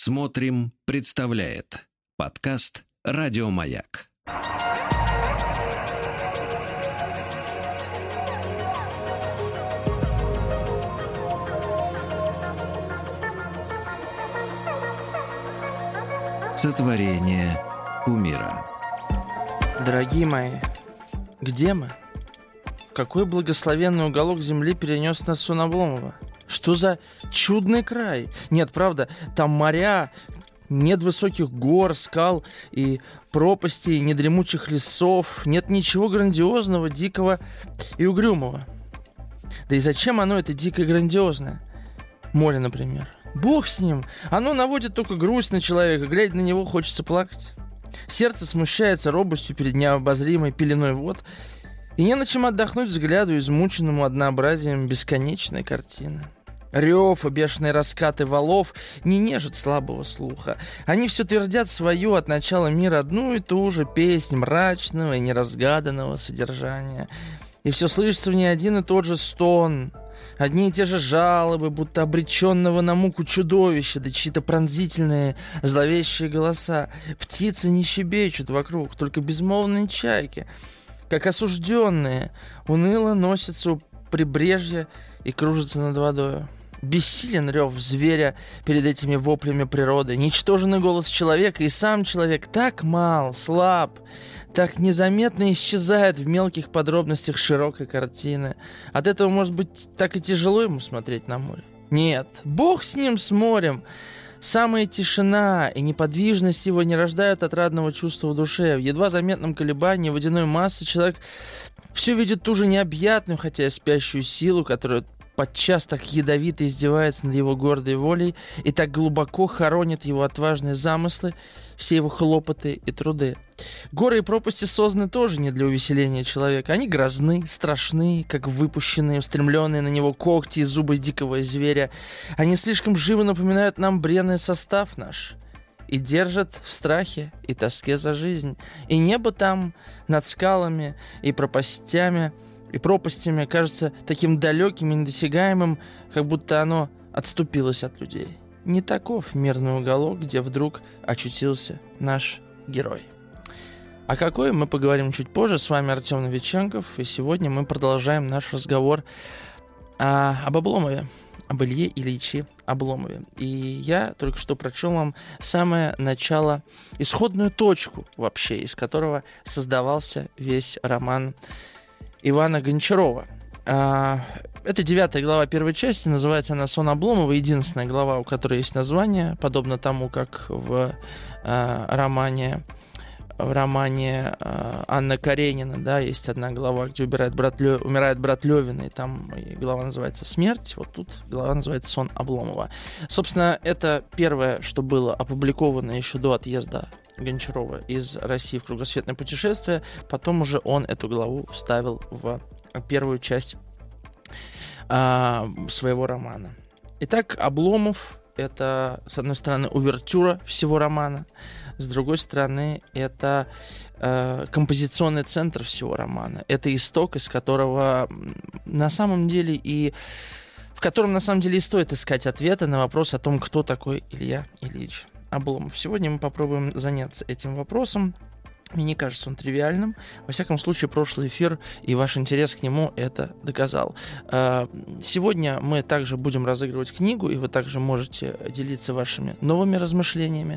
Смотрим, представляет подкаст «Радиомаяк». Сотворение кумира. Дорогие мои, где мы? В какой благословенный уголок земли перенес нас сон Обломова? Что за чудный край? Нет, правда, там моря, нет высоких гор, скал и пропастей, недремучих лесов, нет ничего грандиозного, дикого и угрюмого. Да и зачем оно это дикое и грандиозное? Море, например. Бог с ним! Оно наводит только грусть на человека, глядя на него хочется плакать. Сердце смущается робостью перед необозримой пеленой вод, и не на чем отдохнуть взгляду, измученному однообразием бесконечной картины. Рев и бешеные раскаты валов не нежат слабого слуха. Они все твердят свою от начала мира одну и ту же песнь мрачного и неразгаданного содержания. И все слышится в ней один и тот же стон, одни и те же жалобы, будто обреченного на муку чудовища, да чьи-то пронзительные, зловещие голоса. Птицы не щебечут вокруг, только безмолвные чайки, как осужденные, уныло носятся у прибрежья и кружатся над водою. Бессилен рев зверя перед этими воплями природы. Ничтожный голос человека, и сам человек так мал, слаб, так незаметно исчезает в мелких подробностях широкой картины. От этого, может быть, так и тяжело ему смотреть на море. Нет, Бог с ним, с морем. Самая тишина и неподвижность его не рождают отрадного чувства в душе. В едва заметном колебании водяной массы человек все видит ту же необъятную, хотя и спящую силу, которая подчас так ядовито издевается над его гордой волей и так глубоко хоронит его отважные замыслы, все его хлопоты и труды. Горы и пропасти созданы тоже не для увеселения человека. Они грозны, страшны, как выпущенные, устремленные на него когти и зубы дикого зверя. Они слишком живо напоминают нам бренный состав наш и держат в страхе и тоске за жизнь. И небо там, над скалами и пропастями, и пропастями кажется таким далеким и недосягаемым, как будто оно отступилось от людей. Не таков мирный уголок, где вдруг очутился наш герой. О какой мы поговорим чуть позже. С вами Артем Новиченков, и сегодня мы продолжаем наш разговор об Обломове, об Илье Ильиче Обломове. И я только что прочел вам самое начало, исходную точку вообще, из которого создавался весь роман Ивана Гончарова. Это 9 глава первой части, называется она «Сон Обломова», единственная глава, у которой есть название, подобно тому, как в романе Анны Каренина, да, есть одна глава, где умирает брат Левин, и там и глава называется «Смерть», вот тут глава называется «Сон Обломова». Собственно, это первое, что было опубликовано еще до отъезда Гончарова из России в кругосветное путешествие. Потом уже он эту главу вставил в первую часть своего романа. Итак, Обломов — это, с одной стороны, увертюра всего романа, с другой стороны, это композиционный центр всего романа. Это исток, из которого на самом деле в котором на самом деле и стоит искать ответы на вопрос о том, кто такой Илья Ильич Обломов. Сегодня мы попробуем заняться этим вопросом. Мне не кажется он тривиальным. Во всяком случае, прошлый эфир и ваш интерес к нему это доказал. Сегодня мы также будем разыгрывать книгу, и вы также можете делиться вашими новыми размышлениями.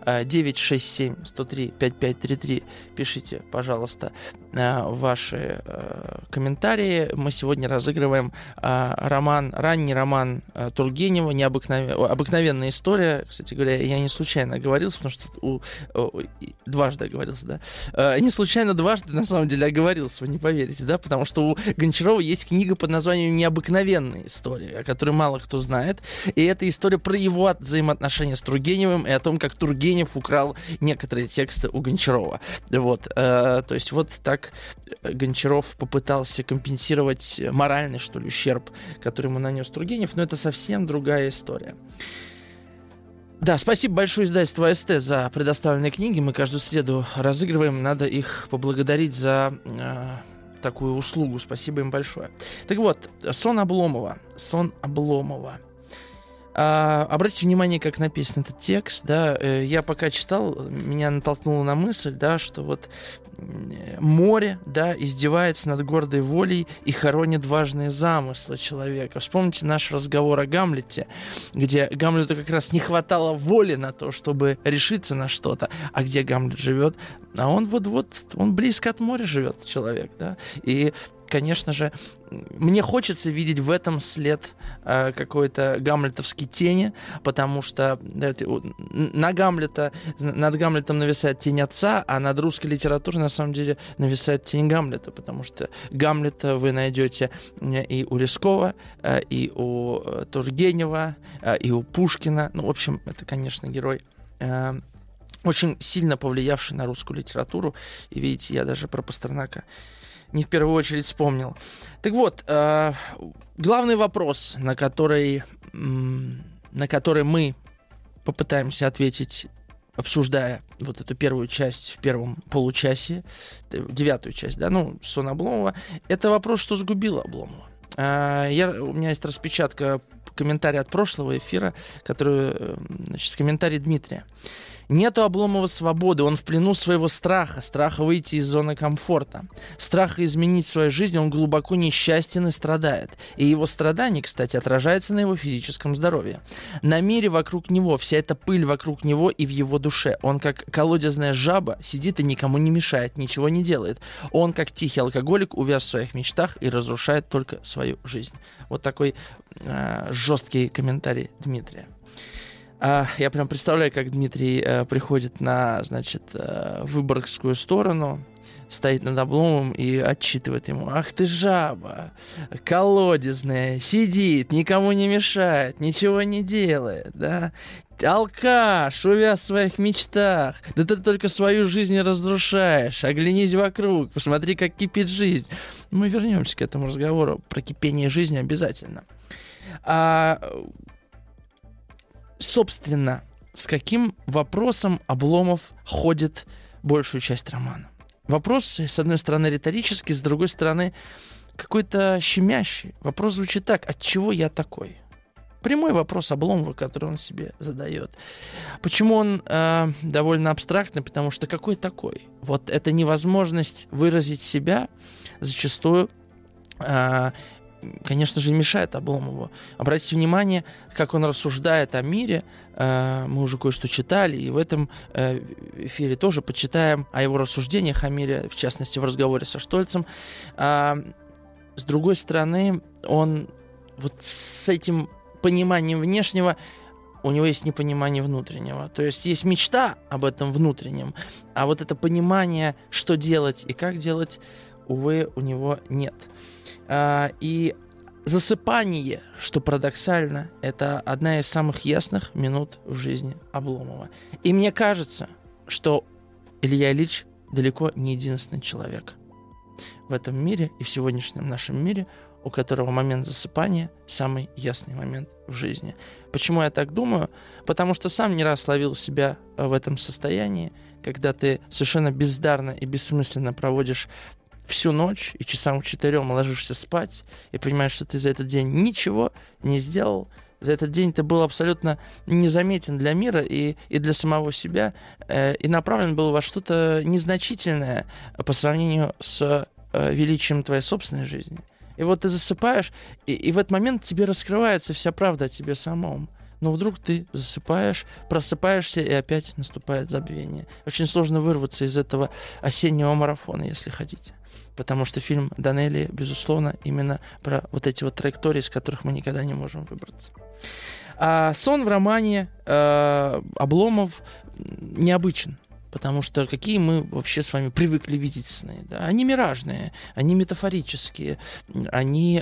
967-103-5533. Пишите, пожалуйста, ваши комментарии. Мы сегодня разыгрываем ранний роман Тургенева «Обыкновенная история». Кстати говоря, я не случайно оговорился, потому что дважды оговорился, да? Не случайно дважды, на самом деле, оговорился, вы не поверите, да? Потому что у Гончарова есть книга под названием «Необыкновенная история», о которой мало кто знает. И это история про его взаимоотношения с Тургеневым и о том, как Тургенев украл некоторые тексты у Гончарова. Вот. То есть вот так Гончаров попытался компенсировать моральный, что ли, ущерб, который ему нанес Тургенев, но это совсем другая история. Да, спасибо большое издательству АСТ за предоставленные книги. Мы каждую среду разыгрываем. Надо их поблагодарить за такую услугу. Спасибо им большое. Так вот, «Сон Обломова». «Сон Обломова». Обратите внимание, как написан этот текст, да, я пока читал, меня натолкнуло на мысль, да, что вот море, да, издевается над гордой волей и хоронит важные замыслы человека. Вспомните наш разговор о Гамлете, где Гамлету как раз не хватало воли на то, чтобы решиться на что-то, а где Гамлет живет, а он вот-вот, он близко от моря живет, человек, да, и конечно же, мне хочется видеть в этом след какой-то гамлетовской тени, потому что над Гамлетом нависает тень отца, а над русской литературой на самом деле нависает тень Гамлета, потому что Гамлета вы найдете и у Лескова, и у Тургенева, и у Пушкина. Ну, в общем, это, конечно, герой, очень сильно повлиявший на русскую литературу. И видите, я даже про Пастернака не в первую очередь вспомнил. Так вот, главный вопрос, на который мы попытаемся ответить, обсуждая вот эту первую часть в первом получасе, 9-ю часть, да, ну, сон Обломова, это вопрос, что сгубило Обломова. У меня есть распечатка комментария от прошлого эфира, значит, комментарий Дмитрия. Нету Обломова свободы, он в плену своего страха выйти из зоны комфорта. Страха изменить свою жизнь, он глубоко несчастен и страдает. И его страдание, кстати, отражается на его физическом здоровье. На мире вокруг него, вся эта пыль вокруг него и в его душе. Он как колодезная жаба сидит и никому не мешает, ничего не делает. Он как тихий алкоголик увяз в своих мечтах и разрушает только свою жизнь. Вот такой жесткий комментарий Дмитрия. Я прям представляю, как Дмитрий приходит на, значит, Выборгскую сторону, стоит над Обломовым и отчитывает ему: «Ах ты жаба, колодезная, сидит, никому не мешает, ничего не делает, да? Алкаш, увяз в своих мечтах, да ты только свою жизнь разрушаешь, оглянись вокруг, посмотри, как кипит жизнь». Мы вернемся к этому разговору про кипение жизни обязательно. Собственно, с каким вопросом Обломов ходит большую часть романа? Вопрос, с одной стороны, риторический, с другой стороны, какой-то щемящий. Вопрос звучит так: отчего я такой? Прямой вопрос Обломова, который он себе задает. Почему он довольно абстрактный? Потому что какой такой? Вот эта невозможность выразить себя зачастую конечно же, мешает Обломову. Обратите внимание, как он рассуждает о мире. Мы уже кое-что читали, и в этом эфире тоже почитаем о его рассуждениях о мире, в частности, в разговоре со Штольцем. С другой стороны, он вот с этим пониманием внешнего, у него есть непонимание внутреннего. То есть есть мечта об этом внутреннем, а вот это понимание, что делать и как делать, увы, у него нет. И засыпание, что парадоксально, это одна из самых ясных минут в жизни Обломова. И мне кажется, что Илья Ильич далеко не единственный человек в этом мире и в сегодняшнем нашем мире, у которого момент засыпания самый ясный момент в жизни. Почему я так думаю? Потому что сам не раз ловил себя в этом состоянии, когда ты совершенно бездарно и бессмысленно проводишь всю ночь и часам к 4 ложишься спать и понимаешь, что ты за этот день ничего не сделал. За этот день ты был абсолютно незаметен для мира и для самого себя, и направлен был во что-то незначительное по сравнению с величием твоей собственной жизни. И вот ты засыпаешь, и в этот момент тебе раскрывается вся правда о тебе самом. Но вдруг ты засыпаешь, просыпаешься, и опять наступает забвение. Очень сложно вырваться из этого осеннего марафона, если хотите. Потому что фильм Данелли, безусловно, именно про вот эти вот траектории, с которых мы никогда не можем выбраться. А сон в романе Обломов необычен. Потому что какие мы вообще с вами привыкли видеть сны? Да? Они миражные, они метафорические, они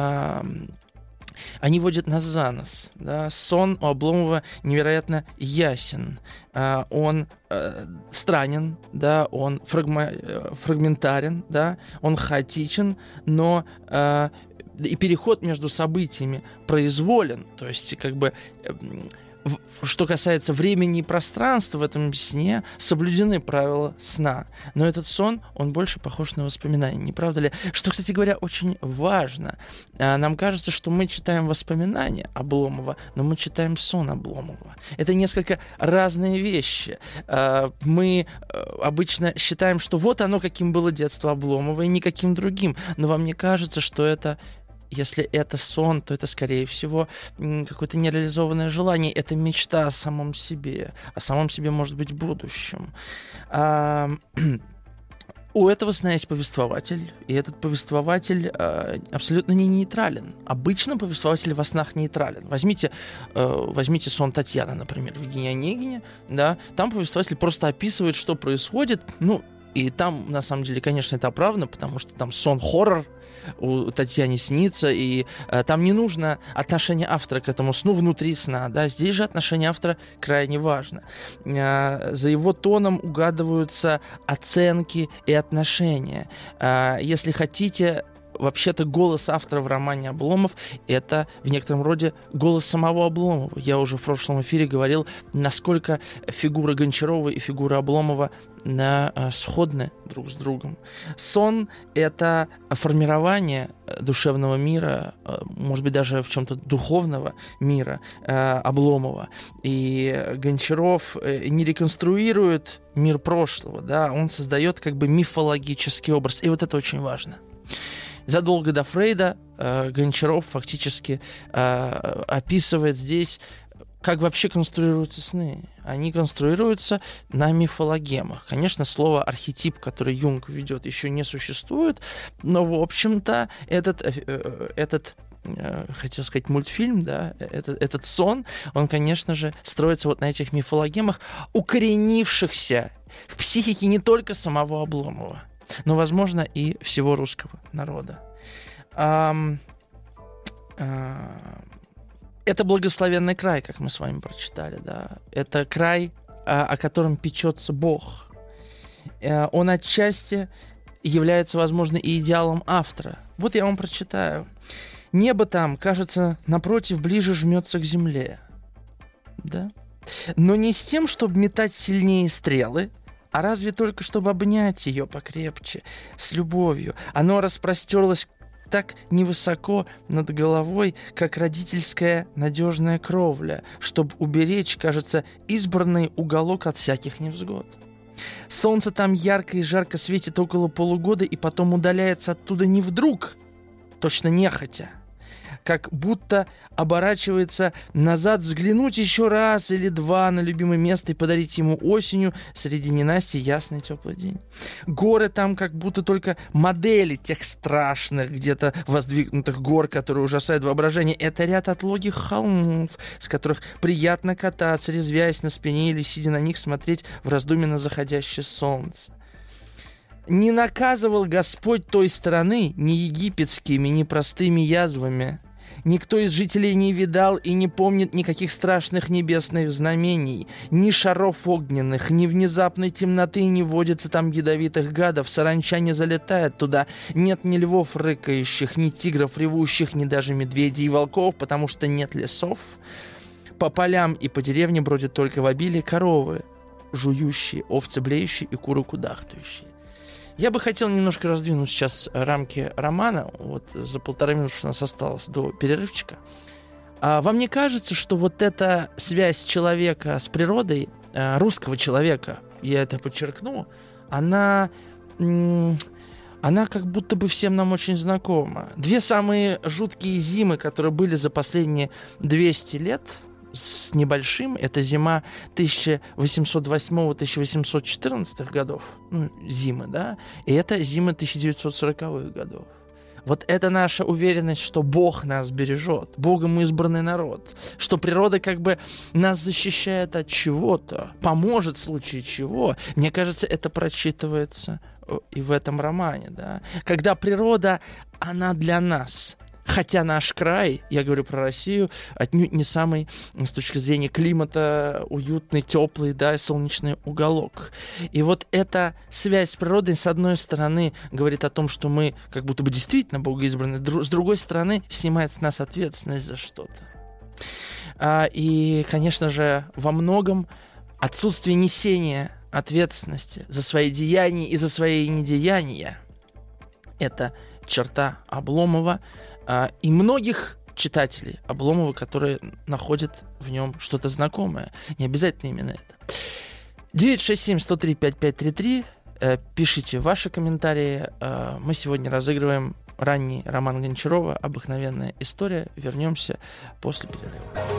водят нас за нос. Да? Сон у Обломова невероятно ясен. Он странен, да? Он фрагментарен, да? Он хаотичен, но и переход между событиями произволен. То есть как бы что касается времени и пространства, в этом сне соблюдены правила сна. Но этот сон, он больше похож на воспоминания, не правда ли? Что, кстати говоря, очень важно. Нам кажется, что мы читаем воспоминания Обломова, но мы читаем сон Обломова. Это несколько разные вещи. Мы обычно считаем, что вот оно, каким было детство Обломова, и никаким другим. Но вам не кажется, что это... Если это сон, то это, скорее всего, какое-то нереализованное желание. Это мечта о самом себе. О самом себе, может быть, будущем. У этого сна есть повествователь, и этот повествователь абсолютно не нейтрален. Обычно повествователь во снах нейтрален. Возьмите сон Татьяны, например, в Евгении Онегине. Да? Там повествователь просто описывает, что происходит. И там, на самом деле, конечно, это оправдано, потому что там сон-хоррор, у Татьяны снится, и там не нужно отношение автора к этому сну внутри сна, да, здесь же отношение автора крайне важно. За его тоном угадываются оценки и отношения. Если хотите, вообще-то голос автора в романе «Обломов» — это в некотором роде голос самого Обломова. Я уже в прошлом эфире говорил, насколько фигура Гончарова и фигура Обломова сходны друг с другом. Сон — это формирование душевного мира, может быть, даже в чем-то духовного мира Обломова. И Гончаров не реконструирует мир прошлого, да, он создает как бы мифологический образ. И вот это очень важно. Задолго до Фрейда Гончаров фактически описывает здесь, как вообще конструируются сны. Они конструируются на мифологемах. Конечно, слово «архетип», которое Юнг ведет, еще не существует, но, в общем-то, этот хотел сказать мультфильм, да, этот сон, он, конечно же, строится вот на этих мифологемах, укоренившихся в психике не только самого Обломова, но, возможно, и всего русского народа. Это благословенный край, как мы с вами прочитали, да. Это край, о котором печется Бог. Он отчасти является, возможно, и идеалом автора. Вот я вам прочитаю. «Небо там, кажется, напротив, ближе жмется к земле». Да? Но не с тем, чтобы метать сильнее стрелы, а разве только чтобы обнять ее покрепче, с любовью. Оно распростерлось так невысоко над головой, как родительская надежная кровля, чтобы уберечь, кажется, избранный уголок от всяких невзгод. Солнце там ярко и жарко светит около полугода и потом удаляется оттуда не вдруг, точно нехотя, как будто оборачивается назад взглянуть еще раз или два на любимое место и подарить ему осенью среди ненасти ясный теплый день. Горы там как будто только модели тех страшных где-то воздвигнутых гор, которые ужасают воображение. Это ряд отлогих холмов, с которых приятно кататься, резвясь на спине или, сидя на них, смотреть в раздумье на заходящее солнце. Не наказывал Господь той страны ни египетскими, ни простыми язвами. Никто из жителей не видал и не помнит никаких страшных небесных знамений, ни шаров огненных, ни внезапной темноты, не водится там ядовитых гадов, саранча не залетает туда, нет ни львов рыкающих, ни тигров ревущих, ни даже медведей и волков, потому что нет лесов. По полям и по деревне бродят только в обилии коровы, жующие, овцы блеющие и куры кудахтающие. Я бы хотел немножко раздвинуть сейчас рамки романа, вот за 1,5 минуты, что у нас осталось до перерывчика. Вам не кажется, что вот эта связь человека с природой, русского человека, я это подчеркну, она как будто бы всем нам очень знакома. Две самые жуткие зимы, которые были за последние 200 лет с небольшим, это зима 1808-1814 годов, зимы, да, и это зимы 1940-х годов. Вот это наша уверенность, что Бог нас бережет, Богом избранный народ, что природа как бы нас защищает от чего-то, поможет в случае чего. Мне кажется, это прочитывается и в этом романе, да. Когда природа, она для нас. Хотя наш край, я говорю про Россию, отнюдь не самый, с точки зрения климата, уютный, теплый, да, солнечный уголок. И вот эта связь с природой, с одной стороны, говорит о том, что мы как будто бы действительно богоизбранные, с другой стороны, снимает с нас ответственность за что-то. И, конечно же, во многом отсутствие несения ответственности за свои деяния и за свои недеяния — это черта Обломова и многих читателей Обломова, которые находят в нем что-то знакомое. Не обязательно именно это. 967-103-5533. Пишите ваши комментарии. Мы сегодня разыгрываем ранний роман Гончарова «Обыкновенная история». Вернемся после перерыва.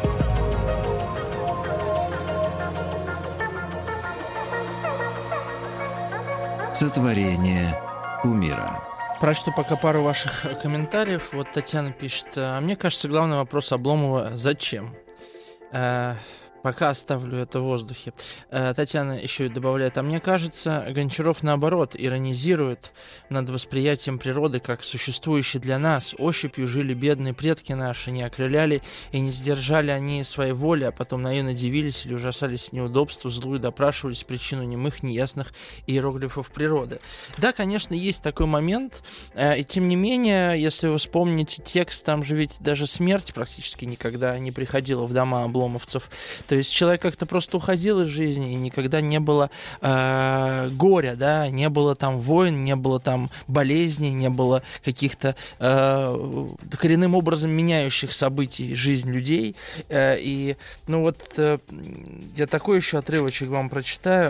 Сотворение кумира. Прочту пока пару ваших комментариев. Вот Татьяна пишет: а мне кажется, главный вопрос Обломова — зачем? Пока оставлю это в воздухе. Татьяна еще и добавляет: а мне кажется, Гончаров, наоборот, иронизирует над восприятием природы как существующей для нас. Ощупью жили бедные предки наши, не окрыляли и не сдержали они своей воли, а потом наивно дивились или ужасались неудобству, злую допрашивались причину немых, неясных иероглифов природы. Да, конечно, есть такой момент, и тем не менее, если вы вспомните текст, там же ведь даже смерть практически никогда не приходила в дома обломовцев. То есть человек как-то просто уходил из жизни, и никогда не было горя, да, не было там войн, не было там болезней, не было каких-то коренным образом меняющих событий жизнь людей. И, ну вот, я такой еще отрывочек вам прочитаю.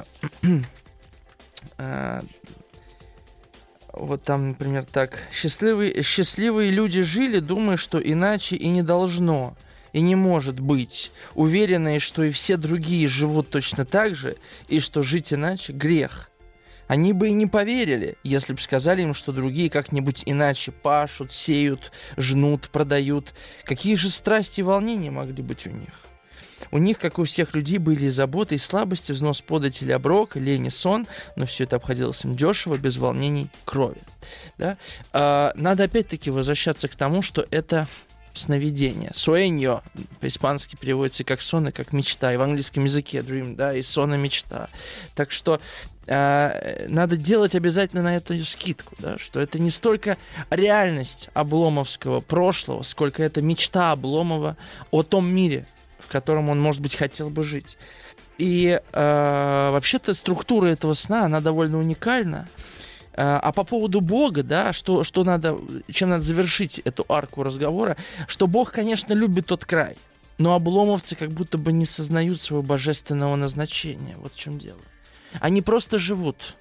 Вот там, например, так. Счастливые люди жили, думая, что иначе и не должно. И не может быть, уверенные, что и все другие живут точно так же, и что жить иначе — грех. Они бы и не поверили, если бы сказали им, что другие как-нибудь иначе пашут, сеют, жнут, продают. Какие же страсти и волнения могли быть у них? У них, как у всех людей, были и заботы, и слабости, взнос подати или оброк, лень и сон, но все это обходилось им дешево, без волнений, крови. Да? Надо опять-таки возвращаться к тому, что это сновидение. Суэньо по-испански переводится как сон и как мечта. И в английском языке dream, да, и сон и мечта. Так что надо делать обязательно на эту скидку, да, что это не столько реальность обломовского прошлого, сколько это мечта Обломова о том мире, в котором он, может быть, хотел бы жить. И вообще-то структура этого сна, она довольно уникальна. А по поводу Бога, да, чем надо завершить эту арку разговора, что Бог, конечно, любит тот край, но обломовцы как будто бы не сознают своего божественного назначения. Вот в чем дело. Они просто живут.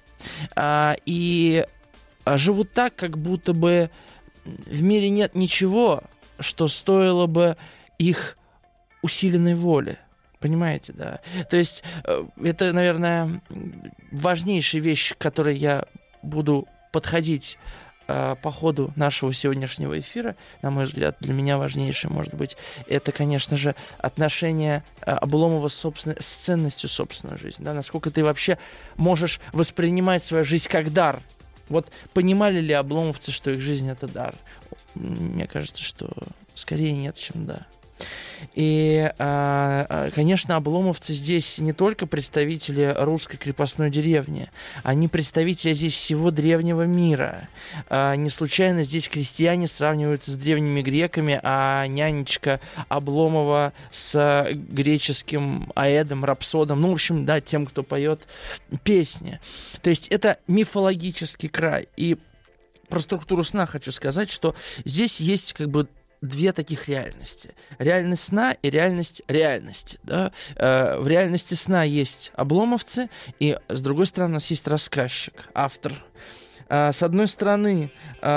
И живут так, как будто бы в мире нет ничего, что стоило бы их усиленной воли. Понимаете, да? То есть это, наверное, важнейшая вещь, к которой я буду подходить по ходу нашего сегодняшнего эфира. На мой взгляд, для меня важнейшее, может быть, это, конечно же, отношение Обломова с ценностью собственной жизни. Да? Насколько ты вообще можешь воспринимать свою жизнь как дар. Вот понимали ли обломовцы, что их жизнь — это дар? Мне кажется, что скорее нет, чем да. И, конечно, обломовцы здесь не только представители русской крепостной деревни, они представители здесь всего древнего мира. Не случайно здесь крестьяне сравниваются с древними греками, а нянечка Обломова с греческим аэдом, рапсодом, ну, в общем, да, тем, кто поет песни. То есть это мифологический край. И про структуру сна хочу сказать, что здесь есть как бы две таких реальности. Реальность сна и реальность реальности. Да? В реальности сна есть обломовцы, и с другой стороны у нас есть рассказчик, автор. С одной стороны,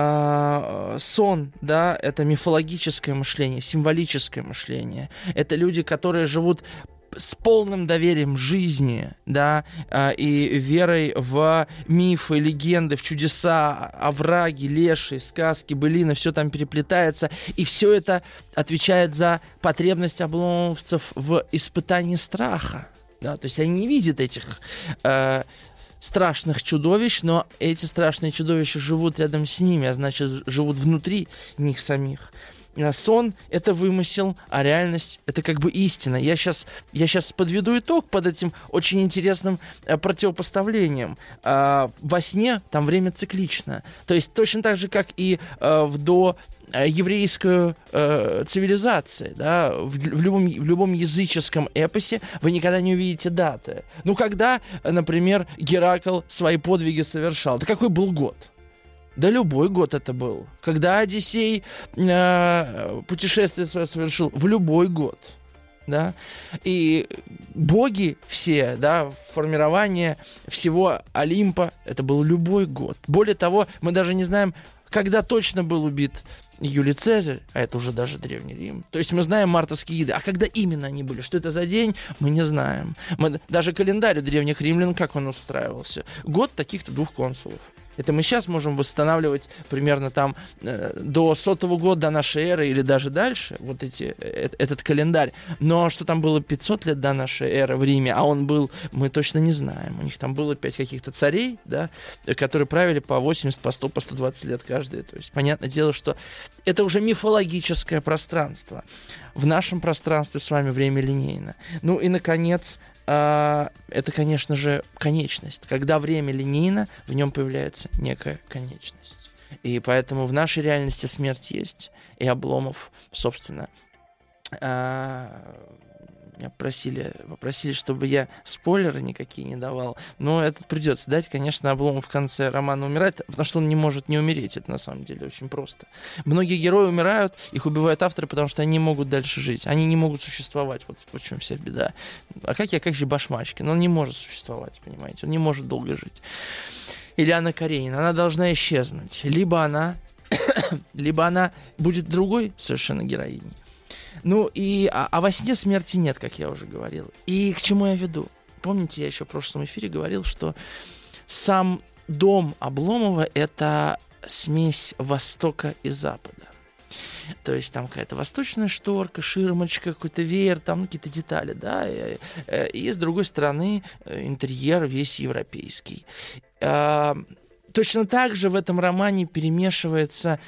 сон, да, это мифологическое мышление, символическое мышление. Это люди, которые живут с полным доверием жизни, да, и верой в мифы, легенды, в чудеса, овраги, леши, сказки, былины, все там переплетается, и все это отвечает за потребность обломовцев в испытании страха, да, то есть они не видят этих страшных чудовищ, но эти страшные чудовища живут рядом с ними, а значит, живут внутри них самих. сон — это вымысел, а реальность — это как бы истина. Я сейчас подведу итог под этим очень интересным противопоставлением. Во сне там время циклично. То есть точно так же, как и в доеврейскую цивилизации, да, в любом языческом эпосе вы никогда не увидите даты. Ну, когда, например, Геракл свои подвиги совершал? Да какой был год? Да любой год это был. Когда Одиссей путешествие свое совершил? В любой год. Да? И боги все, да, формирование всего Олимпа, это был любой год. Более того, мы даже не знаем, когда точно был убит Юлий Цезарь, а это уже даже Древний Рим. То есть мы знаем мартовские иды. А когда именно они были? Что это за день? Мы не знаем. Даже календарь у древних римлян, как он устраивался? Год таких-то 2 консулов. Это мы сейчас можем восстанавливать примерно там до 100-го года до нашей эры или даже дальше, вот этот календарь. Но что там было 500 лет до нашей эры в Риме, а он был, мы точно не знаем. У них там было 5 каких-то царей, да, которые правили по 80, по 100, по 120 лет каждый. То есть, понятное дело, что это уже мифологическое пространство. В нашем пространстве с вами время линейно. Ну и, наконец, это, конечно же, конечность. Когда время линейно, в нем появляется некая конечность. И поэтому в нашей реальности смерть есть. И Обломов, собственно, меня попросили, чтобы я спойлеры никакие не давал. Но это придется дать. Конечно, Обломов в конце романа умирает, потому что он не может не умереть. Это на самом деле очень просто. Многие герои умирают, их убивают авторы, потому что они не могут дальше жить. Они не могут существовать. Вот в чем вся беда. А как же Башмачкин? Он не может существовать, понимаете? Он не может долго жить. Или Анна Каренина. Она должна исчезнуть. Либо она будет другой совершенно героиней. Ну и во сне смерти нет, как я уже говорил. И к чему я веду? Помните, я еще в прошлом эфире говорил, что сам дом Обломова — это смесь Востока и Запада. То есть там какая-то восточная шторка, ширмочка, какой-то веер, там какие-то детали, да. И с другой стороны интерьер весь европейский. Точно так же в этом романе перемешивается,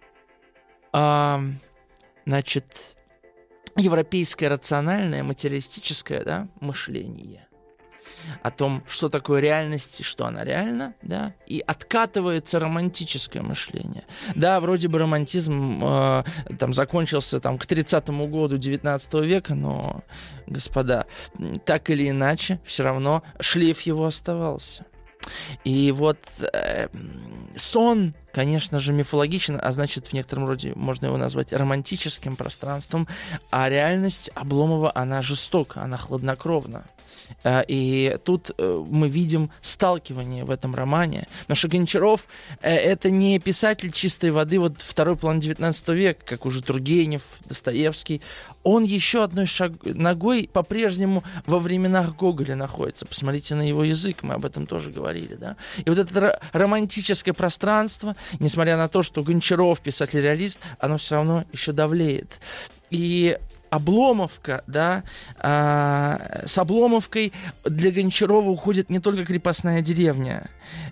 европейское рациональное, материалистическое, да, мышление о том, что такое реальность и что она реальна, да, и откатывается романтическое мышление. Да, вроде бы романтизм там закончился там, к 30-му году 19 века, но, господа, так или иначе, все равно шлейф его оставался. И вот сон, конечно же, мифологичен, а значит, в некотором роде можно его назвать романтическим пространством, а реальность Обломова, она жестока, она хладнокровна. И тут мы видим сталкивание в этом романе. Потому что Гончаров — это не писатель чистой воды, вот второй половины 19 века, как уже Тургенев, Достоевский. Он еще одной ногой по-прежнему во временах Гоголя находится. Посмотрите на его язык, мы об этом тоже говорили, да. И вот это романтическое пространство, несмотря на то, что Гончаров писатель-реалист, оно все равно еще давлеет. И Обломовка, да, с Обломовкой для Гончарова уходит не только крепостная деревня,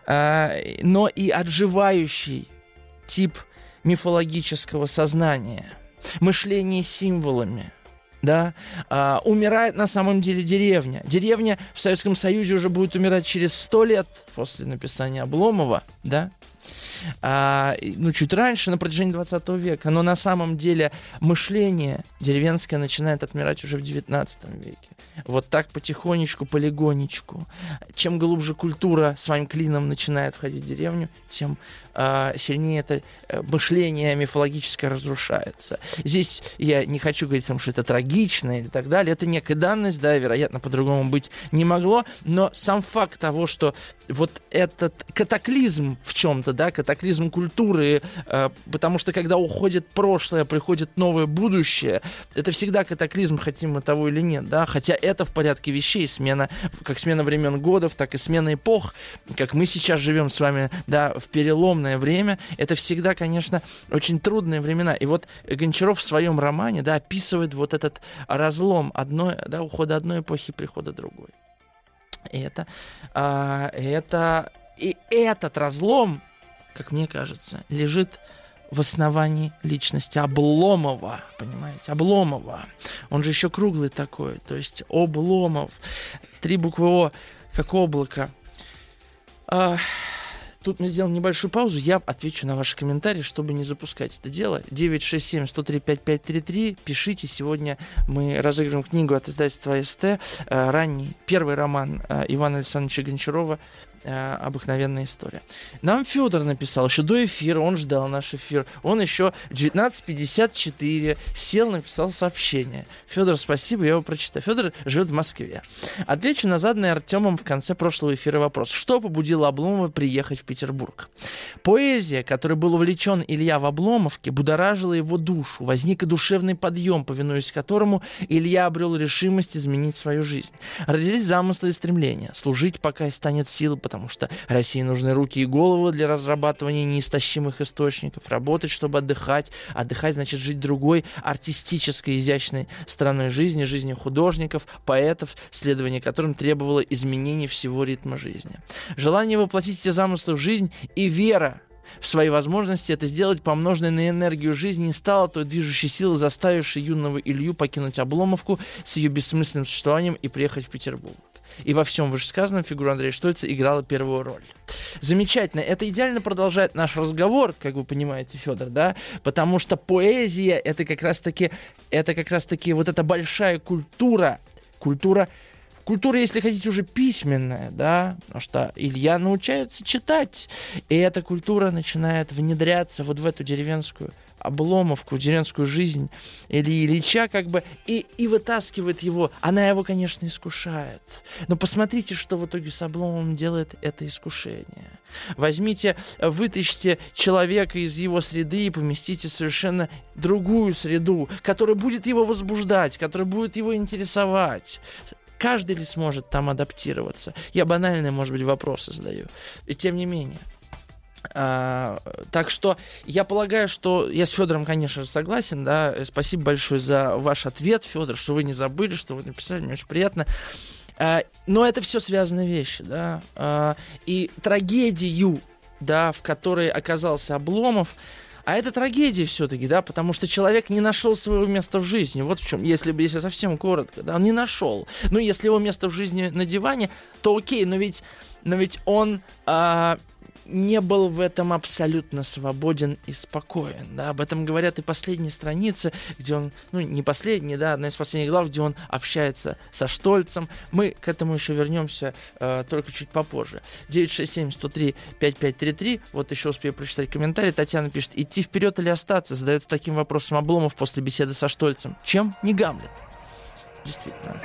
но и отживающий тип мифологического сознания, мышление символами. Да, умирает на самом деле деревня. Деревня в Советском Союзе уже будет умирать через 100 лет после написания Обломова, да. Чуть раньше, на протяжении 20 века. Но на самом деле мышление деревенское начинает отмирать уже в 19 веке. Вот так потихонечку, полигонечку. Чем глубже культура своим клином начинает входить в деревню, тем сильнее это мышление мифологическое разрушается. Здесь я не хочу говорить, что это трагично или так далее. Это некая данность, да, вероятно, по-другому быть не могло. Но сам факт того, что вот этот катаклизм в чем-то, да, катаклизм культуры, потому что когда уходит прошлое, приходит новое будущее, это всегда катаклизм, хотим мы того или нет, да, хотя это в порядке вещей, как смена времен годов, так и смена эпох, как мы сейчас живем с вами, да, в переломное время, это всегда, конечно, очень трудные времена. И вот Гончаров в своем романе, да, описывает вот этот разлом ухода одной эпохи, прихода другой. И этот разлом, как мне кажется, лежит в основании личности Обломова, понимаете, Обломова. Он же еще круглый такой, то есть Обломов. 3 буквы О, как облако. Тут мы сделаем небольшую паузу, я отвечу на ваши комментарии, чтобы не запускать это дело. 967-103-5533, пишите. Сегодня мы разыгрываем книгу от издательства СТ, ранний, первый роман Ивана Александровича Гончарова «Обыкновенная история». Нам Федор написал еще до эфира, он ждал наш эфир. Он еще в 19:54 сел, написал сообщение. Федор, спасибо, я его прочитаю. Федор живет в Москве. Отвечу на заданный Артемом в конце прошлого эфира вопрос. Что побудило Обломова приехать в Петербург? Поэзия, которой был увлечен Илья в Обломовке, будоражила его душу. Возник и душевный подъем, повинуясь которому Илья обрел решимость изменить свою жизнь. Родились замыслы и стремления. Служить, пока станет силы, потому что России нужны руки и головы для разрабатывания неистощимых источников. Работать, чтобы отдыхать. Отдыхать значит жить другой, артистической, изящной стороной жизни, жизнью художников, поэтов, следование которым требовало изменений всего ритма жизни. Желание воплотить эти замыслы в жизнь и вера в свои возможности это сделать, помноженной на энергию жизни, не стало той движущей силой, заставившей юного Илью покинуть Обломовку с ее бессмысленным существованием и приехать в Петербург. И во всем вышесказанном фигура Андрея Штольца играла первую роль. Замечательно. Это идеально продолжает наш разговор, как вы понимаете, Федор, да? Потому что поэзия — это как раз-таки вот эта большая культура, если хотите, уже письменная, да, потому что Илья научается читать, и эта культура начинает внедряться вот в эту деревенскую Обломовку, деревенскую жизнь Ильи Ильича, как бы, и вытаскивает его. Она его, конечно, искушает. Но посмотрите, что в итоге с Обломовым делает это искушение. Возьмите, вытащите человека из его среды и поместите в совершенно другую среду, которая будет его возбуждать, которая будет его интересовать. Каждый ли сможет там адаптироваться? Я банальные, может быть, вопросы задаю. И тем не менее. Так что я полагаю, что я с Федором, конечно же, согласен, да. Спасибо большое за ваш ответ, Федор, что вы не забыли, что вы написали, мне очень приятно. Но это все связанные вещи, да. И трагедию, да, в которой оказался Обломов, а это трагедия все-таки, да, потому что человек не нашел своего места в жизни. Вот в чем, если совсем коротко, да, он не нашел. Ну, если его место в жизни на диване, то окей, но ведь он не был в этом абсолютно свободен и спокоен. Да? Об этом говорят и последние страницы, где он, не последние, да, одна из последних глав, где он общается со Штольцем. Мы к этому еще вернемся только чуть попозже. 967-103-5533. Вот еще успею прочитать комментарий. Татьяна пишет: идти вперед или остаться? Задается таким вопросом Обломов после беседы со Штольцем. Чем не Гамлет? Действительно.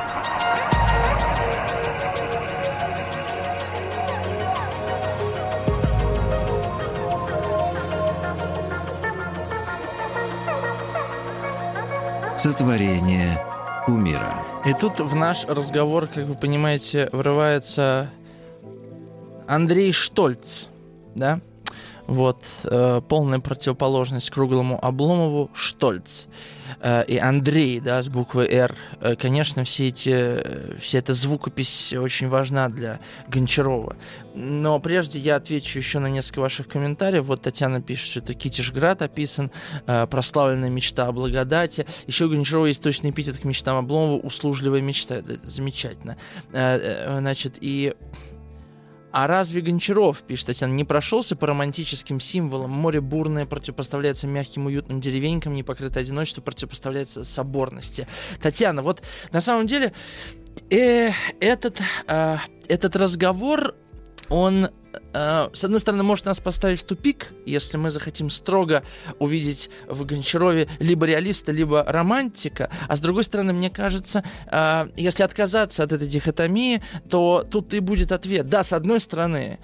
Сотворение кумира. И тут в наш разговор, как вы понимаете, врывается Андрей Штольц, да? Вот, полная противоположность круглому Обломову — Штольц. И Андрей, да, с буквы «Р». Конечно, вся эта звукопись очень важна для Гончарова. Но прежде я отвечу еще на несколько ваших комментариев. Вот Татьяна пишет, что это Китежград описан, прославленная мечта о благодати. Еще у Гончарова есть точный эпитет к мечтам Обломова — услужливая мечта. Это замечательно. Значит, А разве Гончаров, пишет Татьяна, не прошелся по романтическим символам? Море бурное противопоставляется мягким уютным деревенькам, непокрытое одиночество противопоставляется соборности. Татьяна, вот на самом деле этот разговор, он, с одной стороны, может нас поставить в тупик, если мы захотим строго увидеть в Гончарове либо реалиста, либо романтика, а с другой стороны, мне кажется, если отказаться от этой дихотомии, то тут и будет ответ. Да, с одной стороны,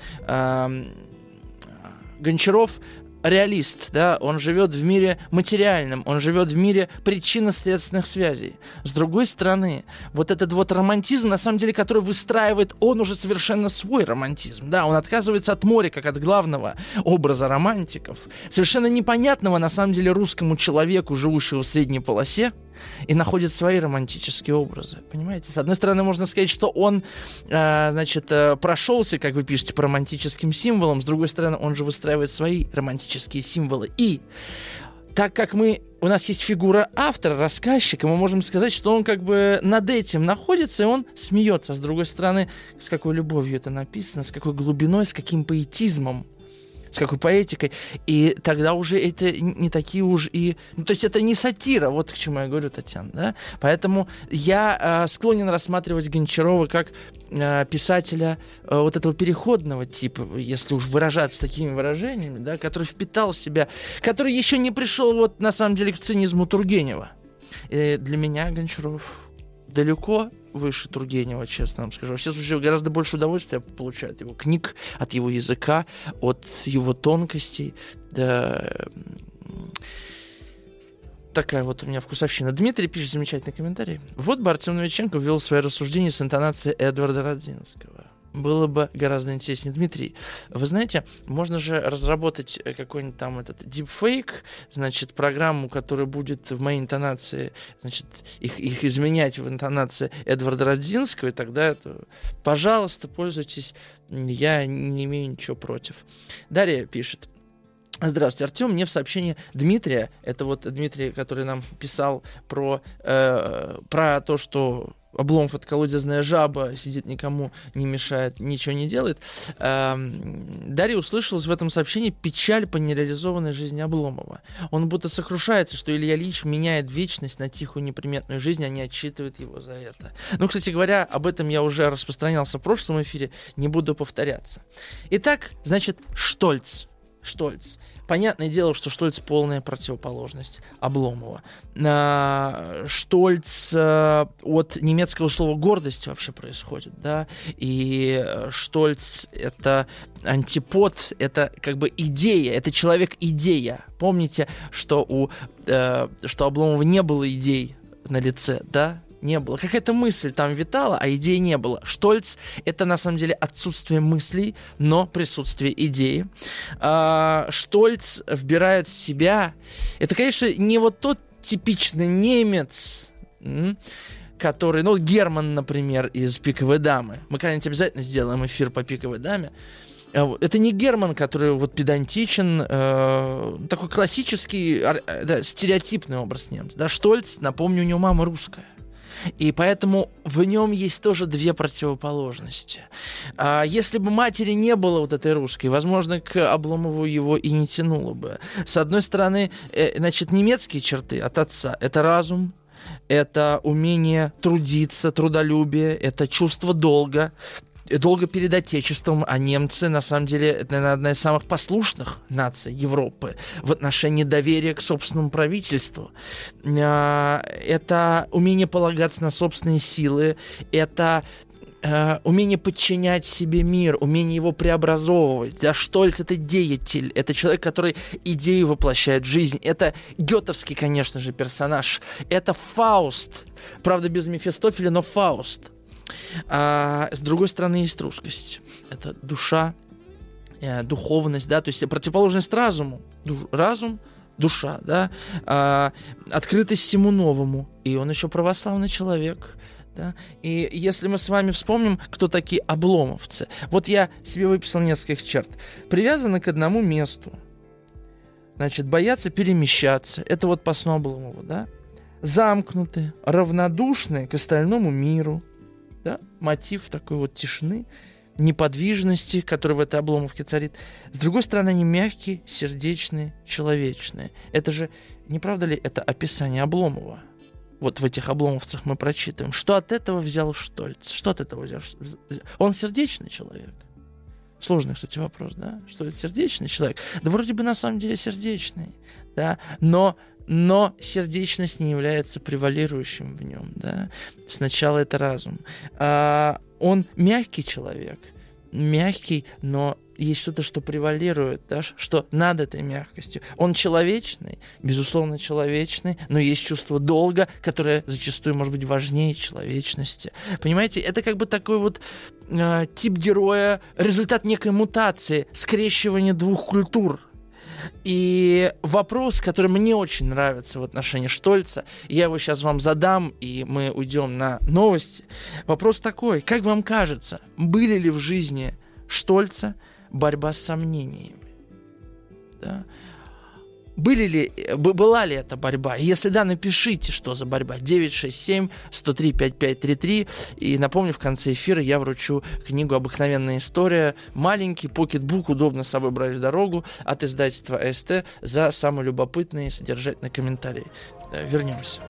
Гончаров реалист, да, он живет в мире материальном, он живет в мире причинно-следственных связей. С другой стороны, вот этот вот романтизм, на самом деле, который выстраивает он уже совершенно свой романтизм, да, он отказывается от моря, как от главного образа романтиков, совершенно непонятного, на самом деле, русскому человеку, живущему в средней полосе, и находит свои романтические образы. Понимаете? С одной стороны, можно сказать, что он, прошелся, как вы пишете, по романтическим символам. С другой стороны, он же выстраивает свои романтические символы. И так как у нас есть фигура автора, рассказчика, мы можем сказать, что он как бы над этим находится, и он смеется. А с другой стороны, с какой любовью это написано, с какой глубиной, с каким поэтизмом, с какой поэтикой. И тогда уже это не такие уж и... Ну, то есть это не сатира, вот к чему я говорю, Татьяна, да? Поэтому я склонен рассматривать Гончарова как писателя вот этого переходного типа, если уж выражаться такими выражениями, да, который впитал в себя, который еще не пришел вот на самом деле к цинизму Тургенева. И для меня Гончаров далеко выше Тургенева, честно вам скажу. Все слушаю, гораздо больше удовольствия получаю от его книг, от его языка, от его тонкостей. Да. Такая вот у меня вкусовщина. Дмитрий пишет замечательный комментарий. Вот бы Артем Новиченко ввел свои рассуждения с интонацией Эдварда Радзинского. Было бы гораздо интереснее. Дмитрий, вы знаете, можно же разработать какой-нибудь там этот deepfake, значит, программу, которая будет в моей интонации, значит, их изменять в интонации Эдварда Радзинского, и тогда это, пожалуйста, пользуйтесь, я не имею ничего против. Дарья пишет. Здравствуйте, Артем. Мне в сообщении Дмитрия, это вот Дмитрий, который нам писал про то, что Обломов — это колодезная жаба, сидит, никому не мешает, ничего не делает. Дарья услышалась в этом сообщении печаль по нереализованной жизни Обломова. Он будто сокрушается, что Илья Ильич меняет вечность на тихую неприметную жизнь, а не отчитывает его за это. Ну, кстати говоря, об этом я уже распространялся в прошлом эфире, не буду повторяться. Итак, значит, Штольц. Понятное дело, что Штольц — полная противоположность Обломова. Штольц от немецкого слова «гордость» вообще происходит, да, и Штольц — это антипод, это как бы идея, это человек-идея. Помните, что у Обломова не было идей на лице, да? Не было. Какая-то мысль там витала, а идеи не было. Штольц — это на самом деле отсутствие мыслей, но присутствие идеи. Штольц вбирает в себя... Это, конечно, не вот тот типичный немец, который... Ну, Герман, например, из «Пиковой дамы». Мы когда-нибудь обязательно сделаем эфир по «Пиковой даме». Это не Герман, который вот педантичен, такой классический, стереотипный образ немца. Да? Штольц, напомню, у него мама русская. И поэтому в нем есть тоже две противоположности. Если бы матери не было вот этой русской, возможно, к Обломову его и не тянуло бы. С одной стороны, значит, немецкие черты от отца — это разум, это умение трудиться, трудолюбие, это чувство долга перед Отечеством, а немцы, на самом деле, это, наверное, одна из самых послушных наций Европы в отношении доверия к собственному правительству. Это умение полагаться на собственные силы, это умение подчинять себе мир, умение его преобразовывать. Да, Штольц — это деятель, это человек, который идею воплощает в жизнь. Это гетовский, конечно же, персонаж. Это Фауст. Правда, без Мефистофеля, но Фауст. С другой стороны, есть русскость. Это душа, духовность, да, то есть противоположность разуму. Разум, душа, да, открытость всему новому. И он еще православный человек. Да? И если мы с вами вспомним, кто такие обломовцы. Вот я себе выписал несколько черт. Привязаны к одному месту. Значит, боятся перемещаться. Это вот по сну Обломова, да? Замкнуты, равнодушны к остальному миру. Да? Мотив такой вот тишины, неподвижности, который в этой Обломовке царит. С другой стороны, они мягкие, сердечные, человечные. Это же, не правда ли, это описание Обломова? Вот в этих обломовцах мы прочитываем. Что от этого взял Штольц? Что от этого взял? Он сердечный человек. Сложный, кстати, вопрос, да? Что это сердечный человек? Да вроде бы на самом деле сердечный, да? Но сердечность не является превалирующим в нем, да? Сначала это разум. Он мягкий человек, мягкий, но есть что-то, что превалирует, да? Что над этой мягкостью. Он человечный, безусловно человечный, но есть чувство долга, которое зачастую может быть важнее человечности. Понимаете, это как бы такой вот тип героя, результат некой мутации, скрещивания двух культур. И вопрос, который мне очень нравится в отношении Штольца, я его сейчас вам задам, и мы уйдем на новости. Вопрос такой: как вам кажется, были ли в жизни Штольца борьба с сомнениями? Да? Была ли эта борьба? Если да, напишите, что за борьба. 967-103-5533. И напомню, в конце эфира я вручу книгу «Обыкновенная история». Маленький покетбук, удобно с собой брать в дорогу, от издательства АСТ, за самые любопытные содержательные комментарии. Вернемся.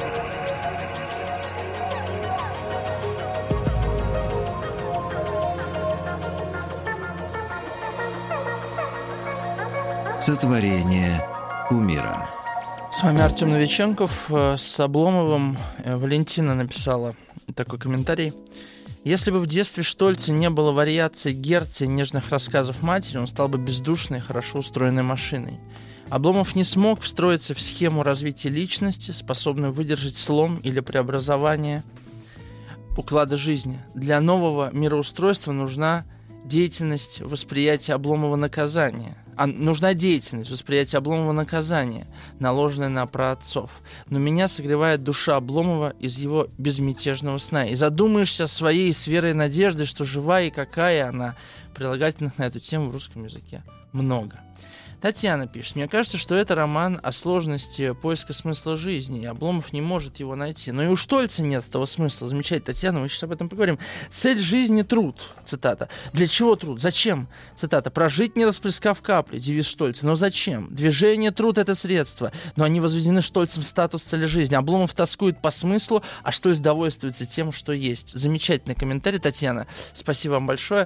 Сотворение кумира. С вами Артем Новиченков. С Обломовым Валентина написала такой комментарий. Если бы в детстве Штольца не было вариаций Герца и нежных рассказов матери, он стал бы бездушной, хорошо устроенной машиной. Обломов не смог встроиться в схему развития личности, способную выдержать слом или преобразование уклада жизни. Для нового мироустройства нужна деятельность восприятия Обломова наказания. Нужна деятельность восприятия Обломова наказания, наложенная на праотцов. Но меня согревает душа Обломова из его безмятежного сна. И задумаешься своей с верой и надеждой, что жива и какая она. Прилагательных на эту тему в русском языке много. Татьяна пишет: мне кажется, что это роман о сложности поиска смысла жизни, и Обломов не может его найти. Но и у Штольца нет этого смысла. Замечательно, Татьяна, мы сейчас об этом поговорим. Цель жизни — труд. Цитата. Для чего труд? Зачем? Цитата. Прожить, не расплескав капли. Девиз Штольца. Но зачем? Движение, труд — это средство. Но они возведены Штольцем в статус цели жизни. Обломов тоскует по смыслу, а Штольц довольствуется тем, что есть. Замечательный комментарий, Татьяна. Спасибо вам большое.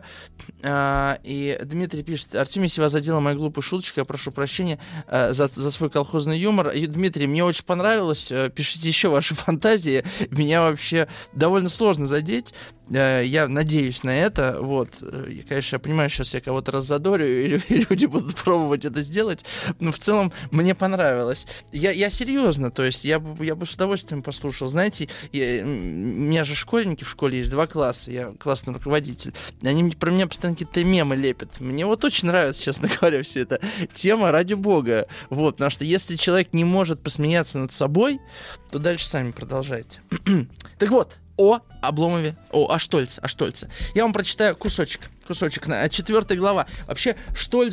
И Дмитрий пишет: Артем, если вас задела моя глупая шуточка, я прошу прощения за свой колхозный юмор. И, Дмитрий, мне очень понравилось. Пишите еще ваши фантазии. Меня вообще довольно сложно задеть. Я надеюсь на это. Вот. Конечно, я понимаю, сейчас я кого-то раззадорю, и люди будут пробовать это сделать. Но в целом мне понравилось. Я серьезно, то есть я бы с удовольствием послушал. Знаете, у меня же школьники в школе есть, 2 класса. Я классный руководитель. Они про меня постоянно какие-то мемы лепят. Мне вот очень нравится, честно говоря, все это тема, ради бога. Вот, потому что если человек не может посмеяться над собой, то дальше сами продолжайте. Так вот, о Обломове, о Штольце. Я вам прочитаю кусочек, 4 глава. Вообще, Штольц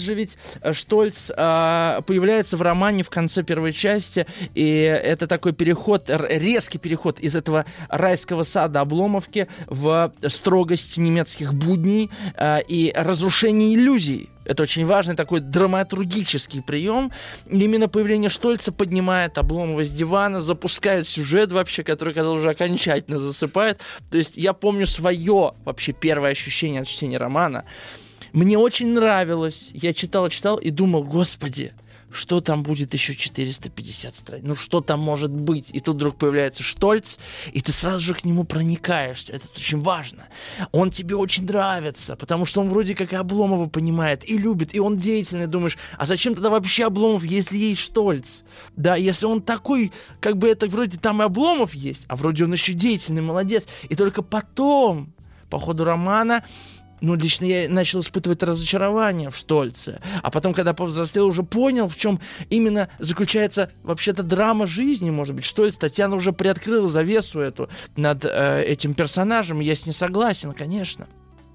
появляется в романе в конце первой части, и это такой переход, резкий переход из этого райского сада Обломовки в строгость немецких будней и разрушение иллюзий. Это очень важный такой драматургический прием. Именно появление Штольца поднимает Обломова с дивана, запускает сюжет вообще, который, казалось, уже окончательно засыпает. То есть я помню свое вообще первое ощущение от чтения романа. Мне очень нравилось. Я читал и думал: господи, что там будет еще 450 страниц? Ну что там может быть? И тут вдруг появляется Штольц, и ты сразу же к нему проникаешься. Это очень важно. Он тебе очень нравится, потому что он вроде как и Обломова понимает, и любит, и он деятельный. Думаешь, а зачем тогда вообще Обломов, если есть Штольц? Да, если он такой, как бы это вроде там и Обломов есть, а вроде он еще деятельный, молодец. И только потом, по ходу романа, лично я начал испытывать разочарование в Штольце. А потом, когда повзрослел, уже понял, в чем именно заключается вообще-то драма жизни, может быть. Штольц, Татьяна уже приоткрыла завесу эту над этим персонажем, и я с ней согласен, конечно.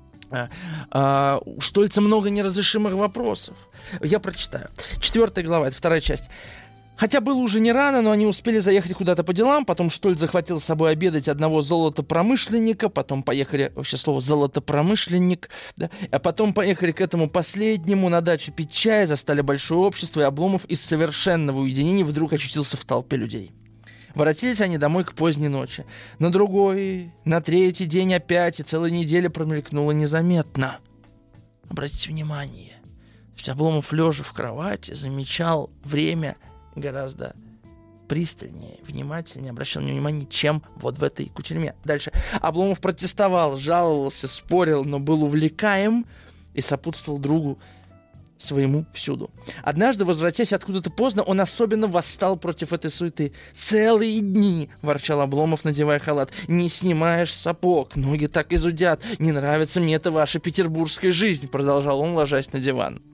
У Штольца много неразрешимых вопросов. Я прочитаю. 4 глава, это 2 часть. Хотя было уже не рано, но они успели заехать куда-то по делам. Потом Штольц захватил с собой обедать одного золотопромышленника. Потом поехали, вообще слово золотопромышленник, да? А потом поехали к этому последнему на дачу пить чай, застали большое общество, и Обломов из совершенного уединения вдруг очутился в толпе людей. Воротились они домой к поздней ночи. На другой, на 3-й день опять, и целая неделя промелькнула незаметно. Обратите внимание, что Обломов, лежа в кровати, замечал время гораздо пристальнее, внимательнее, обращал внимание, чем вот в этой кутерьме. Дальше. Обломов протестовал, жаловался, спорил, но был увлекаем и сопутствовал другу своему всюду. Однажды, возвратясь откуда-то поздно, он особенно восстал против этой суеты. «Целые дни!» — ворчал Обломов, надевая халат. «Не снимаешь сапог, ноги так и зудят. Не нравится мне эта ваша петербургская жизнь!» — продолжал он, ложась на диван.